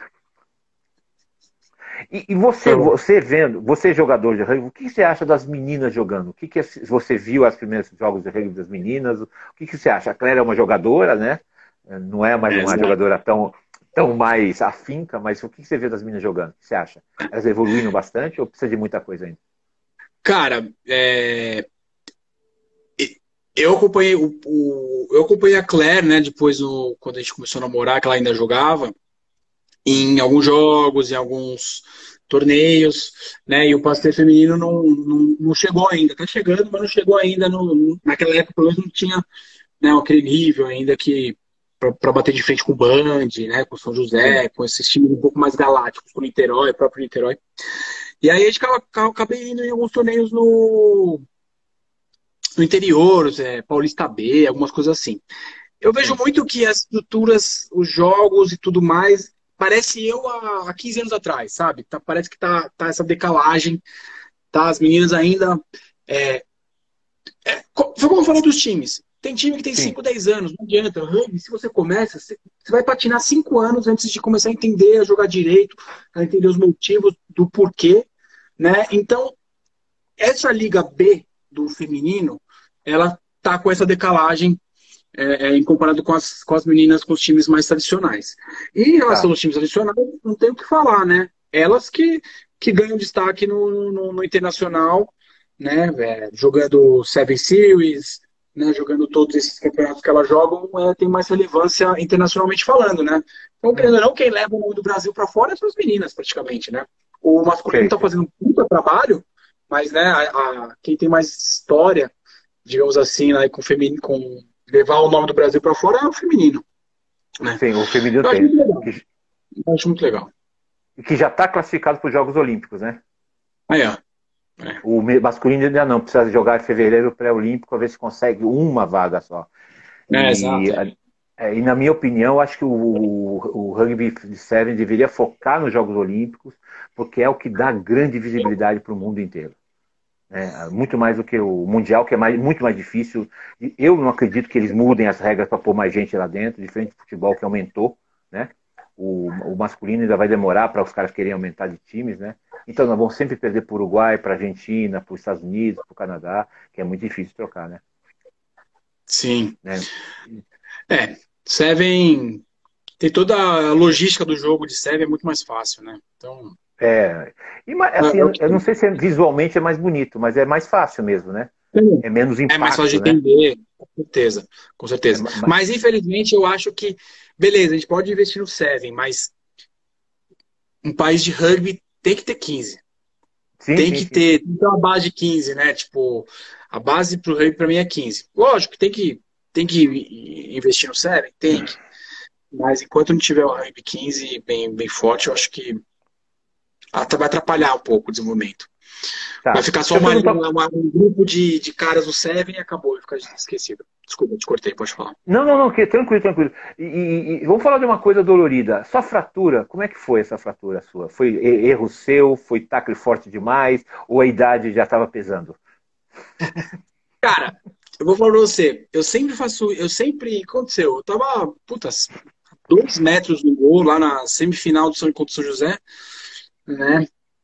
E você vendo, você jogador de rugby, o que você acha das meninas jogando? Você viu os primeiros jogos de rugby das meninas? O que você acha? A Clélia é uma jogadora, né? Não é mais uma Exato. jogadora tão mais afinca, mas o que você vê das meninas jogando? O que você acha? Elas evoluíram bastante ou precisa de muita coisa ainda? Cara, eu acompanhei eu acompanhei a Claire, né? Depois, quando a gente começou a namorar, que ela ainda jogava, Hum, em alguns jogos, em alguns torneios, né? E o pastor feminino não chegou ainda. Tá chegando, mas não chegou ainda. Naquela época, pelo menos, não tinha, né, aquele nível ainda que para bater de frente com o Band, né, com o São sim, José, com esses times um pouco mais galácticos, com o Niterói, o próprio Niterói. E aí a gente acabei indo em alguns torneios no interior, Paulista B, algumas coisas assim. Eu vejo sim. muito que as estruturas, os jogos e tudo mais, parece eu há 15 anos atrás, sabe? Parece que tá essa decalagem, tá? As meninas ainda. Foi como eu falei dos times. Tem time que tem Sim. 5, 10 anos, não adianta. Rugby, se você começa, você vai patinar 5 anos antes de começar a entender, a jogar direito, a entender os motivos do porquê, né? Então, essa Liga B do feminino, ela tá com essa decalagem em comparado com as meninas, com os times mais tradicionais. E em relação Tá. aos times tradicionais, não tem o que falar, né? Elas que ganham destaque no internacional, né? Jogando Seven Series, né? Jogando todos esses campeonatos que elas jogam, tem mais relevância internacionalmente falando, né? Então, querendo Hum, ou não, quem leva o nome do Brasil para fora são as meninas, praticamente, né? O masculino sei, está sei. fazendo um puta trabalho, mas né, quem tem mais história, digamos assim, né, com feminino, com levar o nome do Brasil para fora é o feminino, né? Sim, o feminino Eu acho tem. muito legal. Que, Eu acho muito legal. que já está classificado para os Jogos Olímpicos, né? Aí, ó. É, O masculino ainda não, precisa jogar em fevereiro pré-olímpico, a ver se consegue uma vaga só. exato. E, e na minha opinião, eu acho que o rugby de Seven deveria focar nos Jogos Olímpicos, porque é o que dá grande visibilidade para o mundo inteiro. Muito mais do que o Mundial, que é muito mais difícil. Eu não acredito que eles mudem as regras para pôr mais gente lá dentro, diferente do futebol que aumentou, né? O masculino ainda vai demorar para os caras querem aumentar de times, né? Então nós vamos sempre perder para o Uruguai, para a Argentina, para os Estados Unidos, para o Canadá, que é muito difícil trocar, né? Sim. Né? Seven tem toda a logística do jogo de Seven, é muito mais fácil, né? Então. Assim, eu não sei se visualmente é mais bonito, mas é mais fácil mesmo, né? É menos impacto, é mais fácil de né? entender, com certeza. Mas infelizmente eu acho que, beleza, a gente pode investir no Seven, mas um país de rugby tem que ter 15. Tem que ter uma base de 15, né? Tipo, a base pro rugby para mim é 15. Lógico que tem que investir no Seven, tem que. Mas enquanto não tiver o rugby 15 bem forte, eu acho que vai atrapalhar um pouco o desenvolvimento. Tá. Vai ficar só um grupo de caras no Seven e acabou, vai ficar esquecido. Desculpa, te cortei, pode falar. Não, tranquilo. E vamos falar de uma coisa dolorida. Sua fratura, como é que foi essa fratura sua? Foi erro seu? Foi tackle forte demais? Ou a idade já estava pesando? Cara, eu vou falar pra você, eu sempre, aconteceu, eu tava, 2 metros do gol, lá na semifinal contra o São José, né?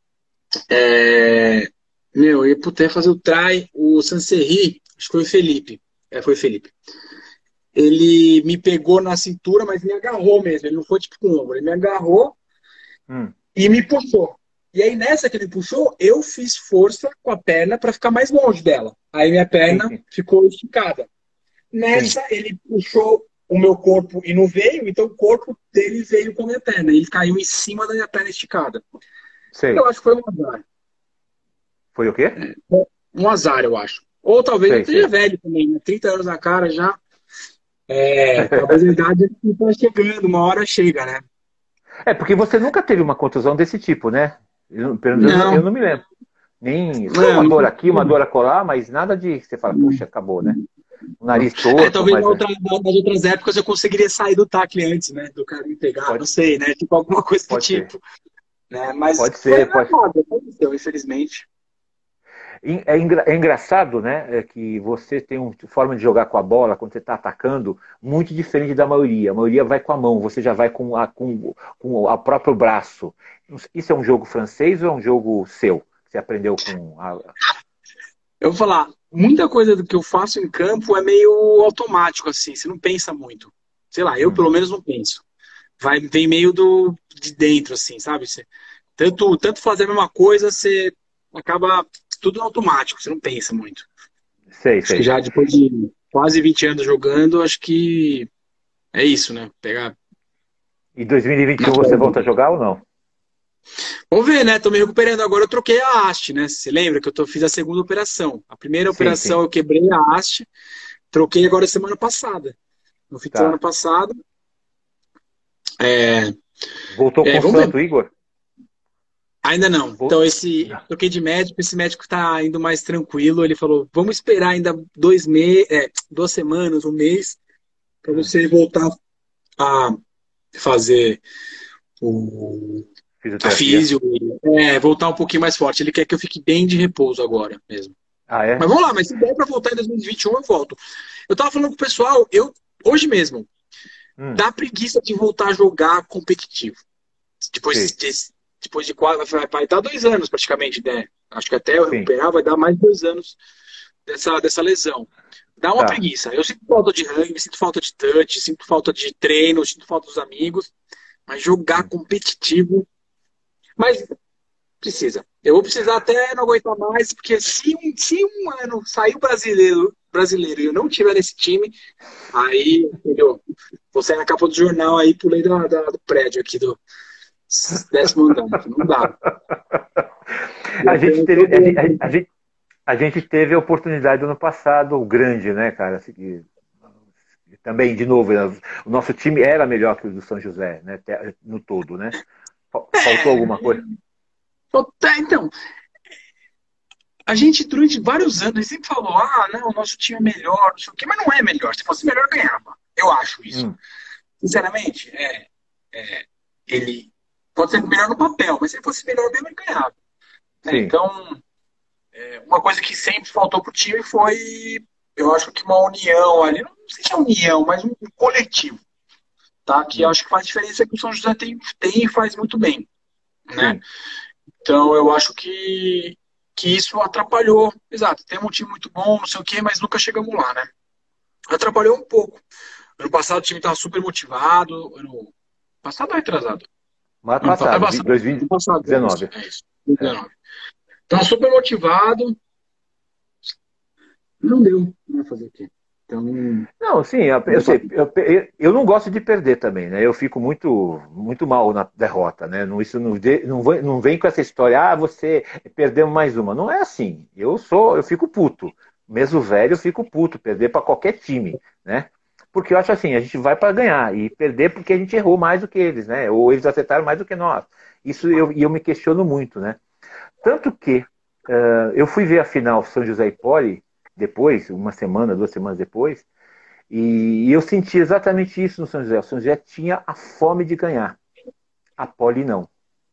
Eu ia fazer o try, o Sancerri, acho que foi o Felipe. Foi o Felipe. Ele me pegou na cintura, mas me agarrou mesmo. Ele não foi tipo com o ombro. Ele me agarrou e me puxou. E aí, nessa que ele puxou, eu fiz força com a perna para ficar mais longe dela. Aí minha perna ficou esticada. Nessa, ele puxou o meu corpo e não veio, então o corpo dele veio com a minha perna. Ele caiu em cima da minha perna esticada. Sei. Eu acho que foi um azar. Foi o quê? Um azar, eu acho. Ou talvez eu esteja velho também, né? 30 anos na cara já. Talvez a idade está chegando, uma hora chega, né? Porque você nunca teve uma contusão desse tipo, né? Eu não me lembro. Nem só uma dor aqui, uma dor acolá, mas nada de você fala, puxa, acabou, né? O nariz torto. Talvez nas outras épocas eu conseguiria sair do tackle antes, né? Do cara me pegar, não sei, né? Tipo alguma coisa do tipo. Né? Mas pode ser. Aconteceu, infelizmente. É engraçado, né, que você tem uma forma de jogar com a bola, quando você está atacando, muito diferente da maioria. A maioria vai com a mão, você já vai com o próprio braço. Isso é um jogo francês ou é um jogo seu? Você aprendeu com a... Eu vou falar, muita coisa do que eu faço em campo é meio automático, assim, você não pensa muito. Sei lá, eu pelo menos não penso. Vem meio de dentro, assim, sabe? Tanto fazer a mesma coisa, você acaba tudo automático, você não pensa muito. Acho que já depois de quase 20 anos jogando, acho que é isso, né? E 2021 você volta a jogar ou não? Vamos ver, né? Tô me recuperando agora, eu troquei a haste, né? Você lembra que eu fiz a segunda operação. A primeira operação eu quebrei a haste, troquei agora semana passada. No fim de semana passado. Voltou com o Santo, Igor? Ainda não. Então, troquei de médico, esse médico tá indo mais tranquilo. Ele falou, vamos esperar ainda 2 semanas, 1 mês, para você voltar a fazer a físio. Voltar um pouquinho mais forte. Ele quer que eu fique bem de repouso agora mesmo. Mas vamos lá, mas se der para voltar em 2021, eu volto. Eu tava falando com o pessoal, hoje mesmo, dá preguiça de voltar a jogar competitivo. Depois de quase, vai dar 2 anos praticamente, né? Acho que até eu recuperar vai dar mais 2 anos dessa lesão. Dá uma preguiça. Eu sinto falta de rugby, sinto falta de touch, sinto falta de treino, sinto falta dos amigos, mas jogar competitivo. Mas precisa. Eu vou precisar até não aguentar mais, porque se um ano sair o brasileiro e eu não tiver nesse time, aí, entendeu? Vou sair na capa do jornal aí, pulei do prédio aqui do 10º andar. Não dá. A gente teve a oportunidade ano passado, grande, né, cara? Também, de novo, o nosso time era melhor que o do São José, né? No todo, né? Faltou alguma coisa? Então, a gente, durante vários anos, a gente sempre falou, não, o nosso time é melhor, não sei o quê, mas não é melhor. Se fosse melhor, ganhava. Eu acho isso. Sinceramente, ele pode ser melhor no papel, mas se ele fosse melhor mesmo, ele ganhava. Então, uma coisa que sempre faltou pro time foi, eu acho que uma união ali, não sei se é união, mas um coletivo, tá? Que eu acho que faz diferença que o São José tem e faz muito bem, né? Então eu acho que isso atrapalhou. Exato, temos um time muito bom, não sei o quê, mas nunca chegamos lá, né? Atrapalhou um pouco. Ano passado o time estava super motivado. Ano passado ou retrasado? Mas É passado, passado. Ano passado, 2019. é isso. 19. Tava super motivado. Não deu. Não vai fazer o quê? Então. Não, sim, eu sei. Eu não gosto de perder também, né? Eu fico muito mal na derrota, né? Isso não vem com essa história, você perdeu mais uma. Não é assim. Eu fico puto. Mesmo velho, eu fico puto. Perder para qualquer time, né? Porque eu acho assim, a gente vai para ganhar e perder porque a gente errou mais do que eles, né? Ou eles acertaram mais do que nós. Isso eu me questiono muito, né? Tanto que eu fui ver a final São José e Poli depois, uma semana, 2 semanas depois, e eu senti exatamente isso no São José. O São José tinha a fome de ganhar, a Poli não,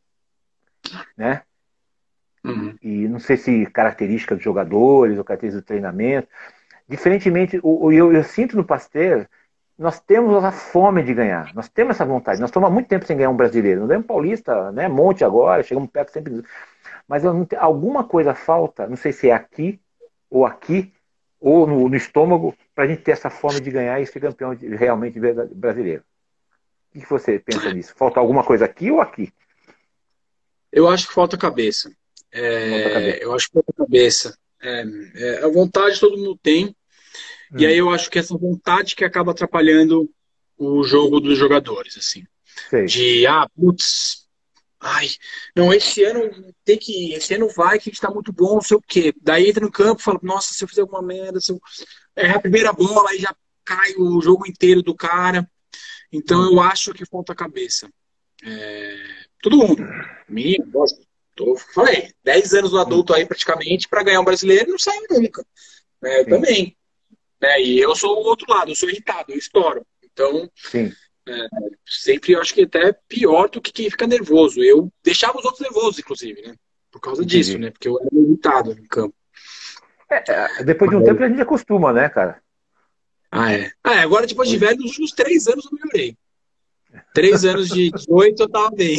né? Uhum. E não sei se característica dos jogadores ou característica do treinamento. Diferentemente, eu sinto no Pasteur, nós temos a fome de ganhar, nós temos essa vontade. Nós estamos há muito tempo sem ganhar um brasileiro. Não ganhamos Paulista, né? Monte agora, chegamos perto sempre. Mas alguma coisa falta, não sei se é aqui, ou no estômago, para a gente ter essa fome de ganhar e ser campeão realmente brasileiro. O que você pensa nisso? Falta alguma coisa aqui ou aqui? Eu acho que falta cabeça. Falta cabeça. Eu acho que falta cabeça. A vontade todo mundo tem. E aí eu acho que essa vontade que acaba atrapalhando o jogo dos jogadores, assim. Sei. De, putz, ai, não, esse ano vai que a gente tá muito bom, não sei o quê. Daí entra no campo e fala, nossa, se eu fizer alguma merda, se eu errar a primeira bola, aí já cai o jogo inteiro do cara. Então eu acho que falta cabeça. Todo mundo. Menino, lógico. Falei, 10 anos no adulto aí praticamente para ganhar um brasileiro não saiu nunca. Eu Sim. também. E eu sou o outro lado, eu sou irritado, eu estouro. Então, Sim. sempre eu acho que até é pior do que quem fica nervoso. Eu deixava os outros nervosos, inclusive, né? Por causa disso, Entendi. né? Porque eu era irritado no campo. Depois de um tempo a gente acostuma, né, cara? Agora depois de velho, nos últimos 3 anos eu melhorei. 3 anos de 18 eu tava bem.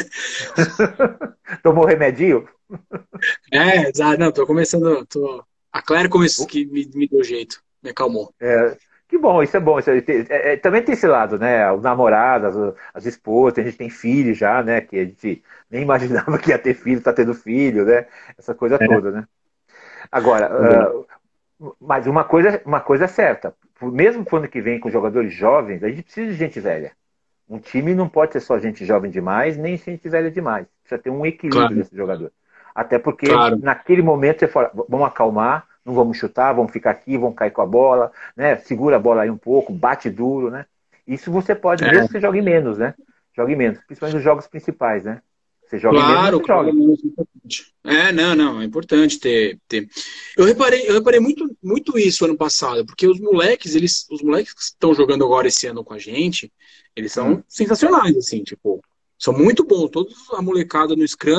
Tomou remedinho? Exato. Não, tô começando. A Claire começou que me deu jeito, me acalmou. Que bom, isso é bom. Também tem esse lado, né? Os namorados, as esposas, a gente tem filhos já, né? Que a gente nem imaginava que ia ter filho, tá tendo filho, né? Essa coisa toda, né? Agora, mas uma coisa é certa. Mesmo pro ano que vem com jogadores jovens, a gente precisa de gente velha. Um time não pode ser só gente jovem demais, nem gente velha demais. Precisa ter um equilíbrio Claro, desse jogador. Até porque claro. naquele momento você fala, vamos acalmar, não vamos chutar, vamos ficar aqui, vamos cair com a bola, né? Segura a bola aí um pouco, bate duro, né? Isso você pode, mesmo que você jogue menos, né? Jogue menos, principalmente nos jogos principais, né? Você joga menos, mas Claro, você claro, joga. não, isso é importante. Não, é importante ter. Eu reparei muito isso ano passado, porque os moleques que estão jogando agora esse ano com a gente, eles são sensacionais, assim, tipo, são muito bons. Todos a molecada no Scrum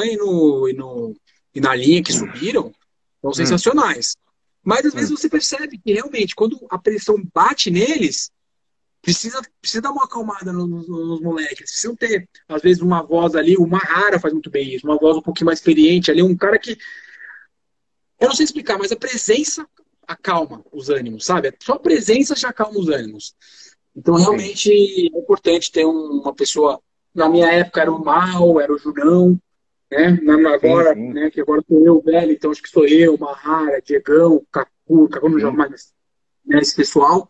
e na linha que subiram são Hum, sensacionais. Mas às vezes hum, você percebe que realmente, quando a pressão bate neles, precisa dar uma acalmada nos moleques. Precisam ter, às vezes, uma voz ali, uma rara faz muito bem isso, uma voz um pouquinho mais experiente ali, um cara que. Eu não sei explicar, mas a presença acalma os ânimos, sabe? Só a presença já acalma os ânimos. Então, sim, realmente, é importante ter uma pessoa. Na minha época era o Mal, era o Junão, né? sim, Agora, sim, né? Que agora sou eu, velho, então acho que sou eu, Mahara, Diegão, Cacu não joga sim. mais, né? Esse pessoal.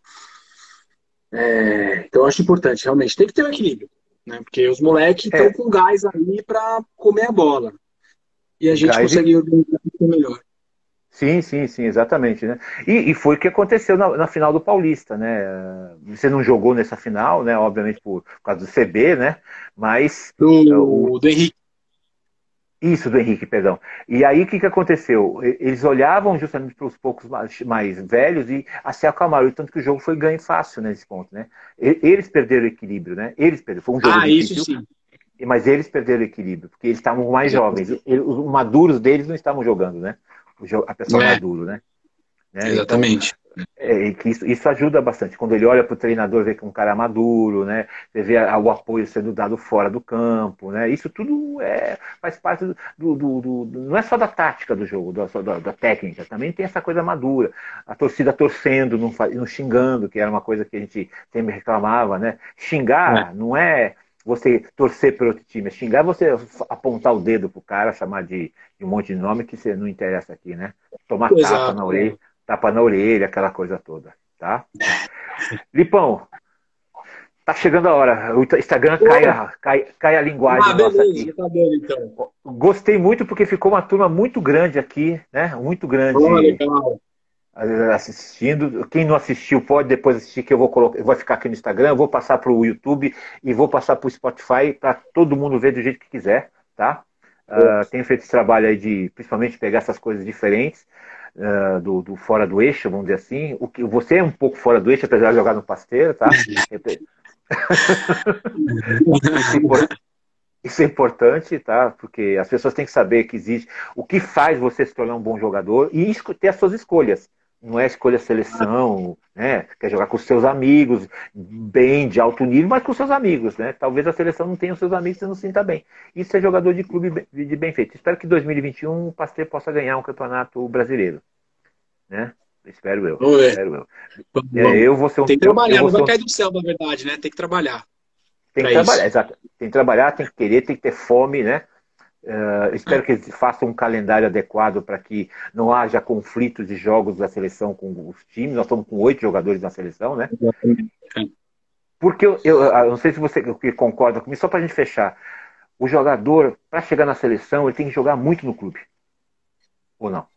Então, eu acho importante, realmente. Tem que ter um equilíbrio, né? Porque os moleques estão É, com gás aí para comer a bola. E a gente gás consegue organizar isso melhor. sim, sim, sim, exatamente, né? E foi o que aconteceu na final do Paulista, né? Você não jogou nessa final, né? Obviamente por causa do CB, né? Mas Do Henrique. isso do Henrique, perdão. E aí o que aconteceu? Eles olhavam justamente para os poucos mais velhos e se acalmaram, tanto que o jogo foi ganho fácil nesse ponto, né? Eles perderam o equilíbrio, né? Eles perderam. Foi um jogo Isso difícil, sim. mas eles perderam o equilíbrio, porque eles estavam mais jovens. Exatamente. Os maduros deles não estavam jogando, né? A pessoa É, maduro, né? Então, exatamente. E que isso ajuda bastante. Quando ele olha para o treinador, vê que é um cara maduro, né? Você vê o apoio sendo dado fora do campo, né? Isso tudo faz parte não é só da tática do jogo, da técnica, também tem essa coisa madura. A torcida torcendo, não xingando, que era uma coisa que a gente sempre reclamava, né? Xingar não é você torcer pelo outro time, xingar é você apontar o dedo pro cara, chamar de um monte de nome que você não interessa aqui, né? Tomar Exato. tapa na orelha, aquela coisa toda, tá? Lipão, tá chegando a hora. O Instagram cai a linguagem nossa Beleza, aqui. tá bom então. Gostei muito porque ficou uma turma muito grande aqui, né? Muito grande Legal. assistindo. Quem não assistiu pode depois assistir, que eu vou ficar aqui no Instagram, eu vou passar para o YouTube e vou passar para o Spotify para todo mundo ver do jeito que quiser, tá? Tenho feito esse trabalho aí de, principalmente, pegar essas coisas diferentes do fora do eixo, vamos dizer assim. Você é um pouco fora do eixo, apesar de jogar no Pasteiro, tá? Isso é importante, tá? Porque as pessoas têm que saber que existe o que faz você se tornar um bom jogador e ter as suas escolhas. Não é escolha seleção, né? Quer jogar com os seus amigos, bem de alto nível, mas com os seus amigos, né? Talvez a seleção não tenha os seus amigos e você não se sinta bem. Isso é jogador de clube de bem feito. Espero que em 2021 o Pasteur possa ganhar um campeonato brasileiro, né? Espero eu. Vamos ver. Espero eu. Vamos. Eu vou ser Tem que trabalhar, não vai um cair do céu, na verdade, né? Tem que trabalhar tem que para trabalhar, isso. exato. Tem que trabalhar, tem que querer, tem que ter fome, né? Espero que eles façam um calendário adequado para que não haja conflitos de jogos da seleção com os times. Nós estamos com 8 jogadores na seleção, né? Exatamente. Porque eu não sei se você concorda comigo, só para a gente fechar. O jogador, para chegar na seleção, ele tem que jogar muito no clube. Ou não?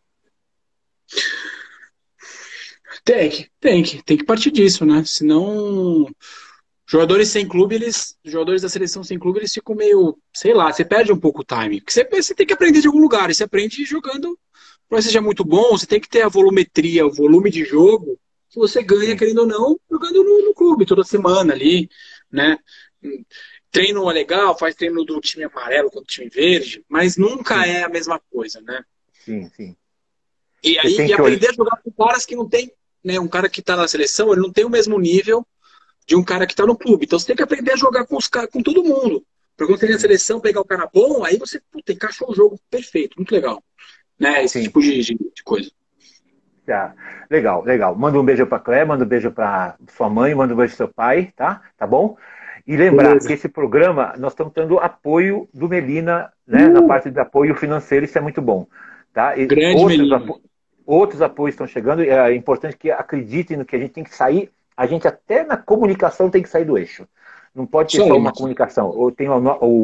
Tem que partir disso, né? Senão, jogadores da seleção sem clube, eles ficam meio, sei lá, você perde um pouco o time. Porque você tem que aprender de algum lugar, e você aprende jogando, para que seja muito bom, você tem que ter a volumetria, o volume de jogo, que você ganha, Sim, querendo ou não, jogando no clube, toda semana ali, né? Treino é legal, faz treino do time amarelo contra o time verde, mas nunca sim, é a mesma coisa, né? sim, sim. E Você aí tem e que olhar. aprender a jogar com caras que não tem, né? Um cara que tá na seleção, ele não tem o mesmo nível de um cara que tá no clube. Então você tem que aprender a jogar com com todo mundo. Pra quando você tem a seleção, pegar o cara bom, aí você puta, encaixou o jogo perfeito, muito legal. Né? Esse Sim, tipo de coisa. tá. Legal, legal. Manda um beijo para Clé, manda um beijo para sua mãe, manda um beijo pro seu pai, tá? Tá bom? E lembrar que Beleza. esse programa, nós estamos tendo apoio do Melina, né, na parte de apoio financeiro, isso é muito bom. Tá? E Grande Melina. outros apoios estão chegando, e é importante que acreditem no que a gente tem que sair, a gente até na comunicação tem que sair do eixo. Não pode ter Isso só aí, uma Marcos. comunicação. Ou tem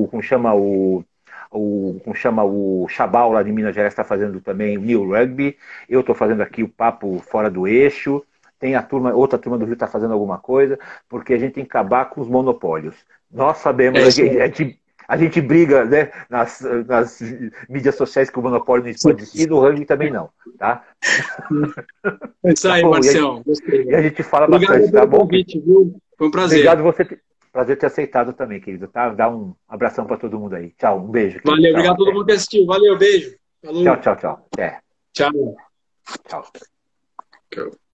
como chama o Chabal lá de Minas Gerais está fazendo também o New Rugby, eu estou fazendo aqui o Papo Fora do Eixo, tem outra turma do Rio está fazendo alguma coisa, porque a gente tem que acabar com os monopólios. Nós sabemos, É isso aí. a gente briga, né, nas mídias sociais que o monopólio não pode existir, no rugby também não, tá? É isso Tá aí, bom? Marcião. Gostei. E a gente fala Obrigado bastante, tá pelo bom? convite, viu? Foi um prazer. Obrigado prazer ter aceitado também, querido, tá? Dá um abração para todo mundo aí. Tchau, um beijo, querido. Valeu, Tchau, obrigado a todo até. mundo que assistiu. Valeu, beijo. Tchau, Falou. tchau, tchau. Até. Tchau. Tchau. Tchau.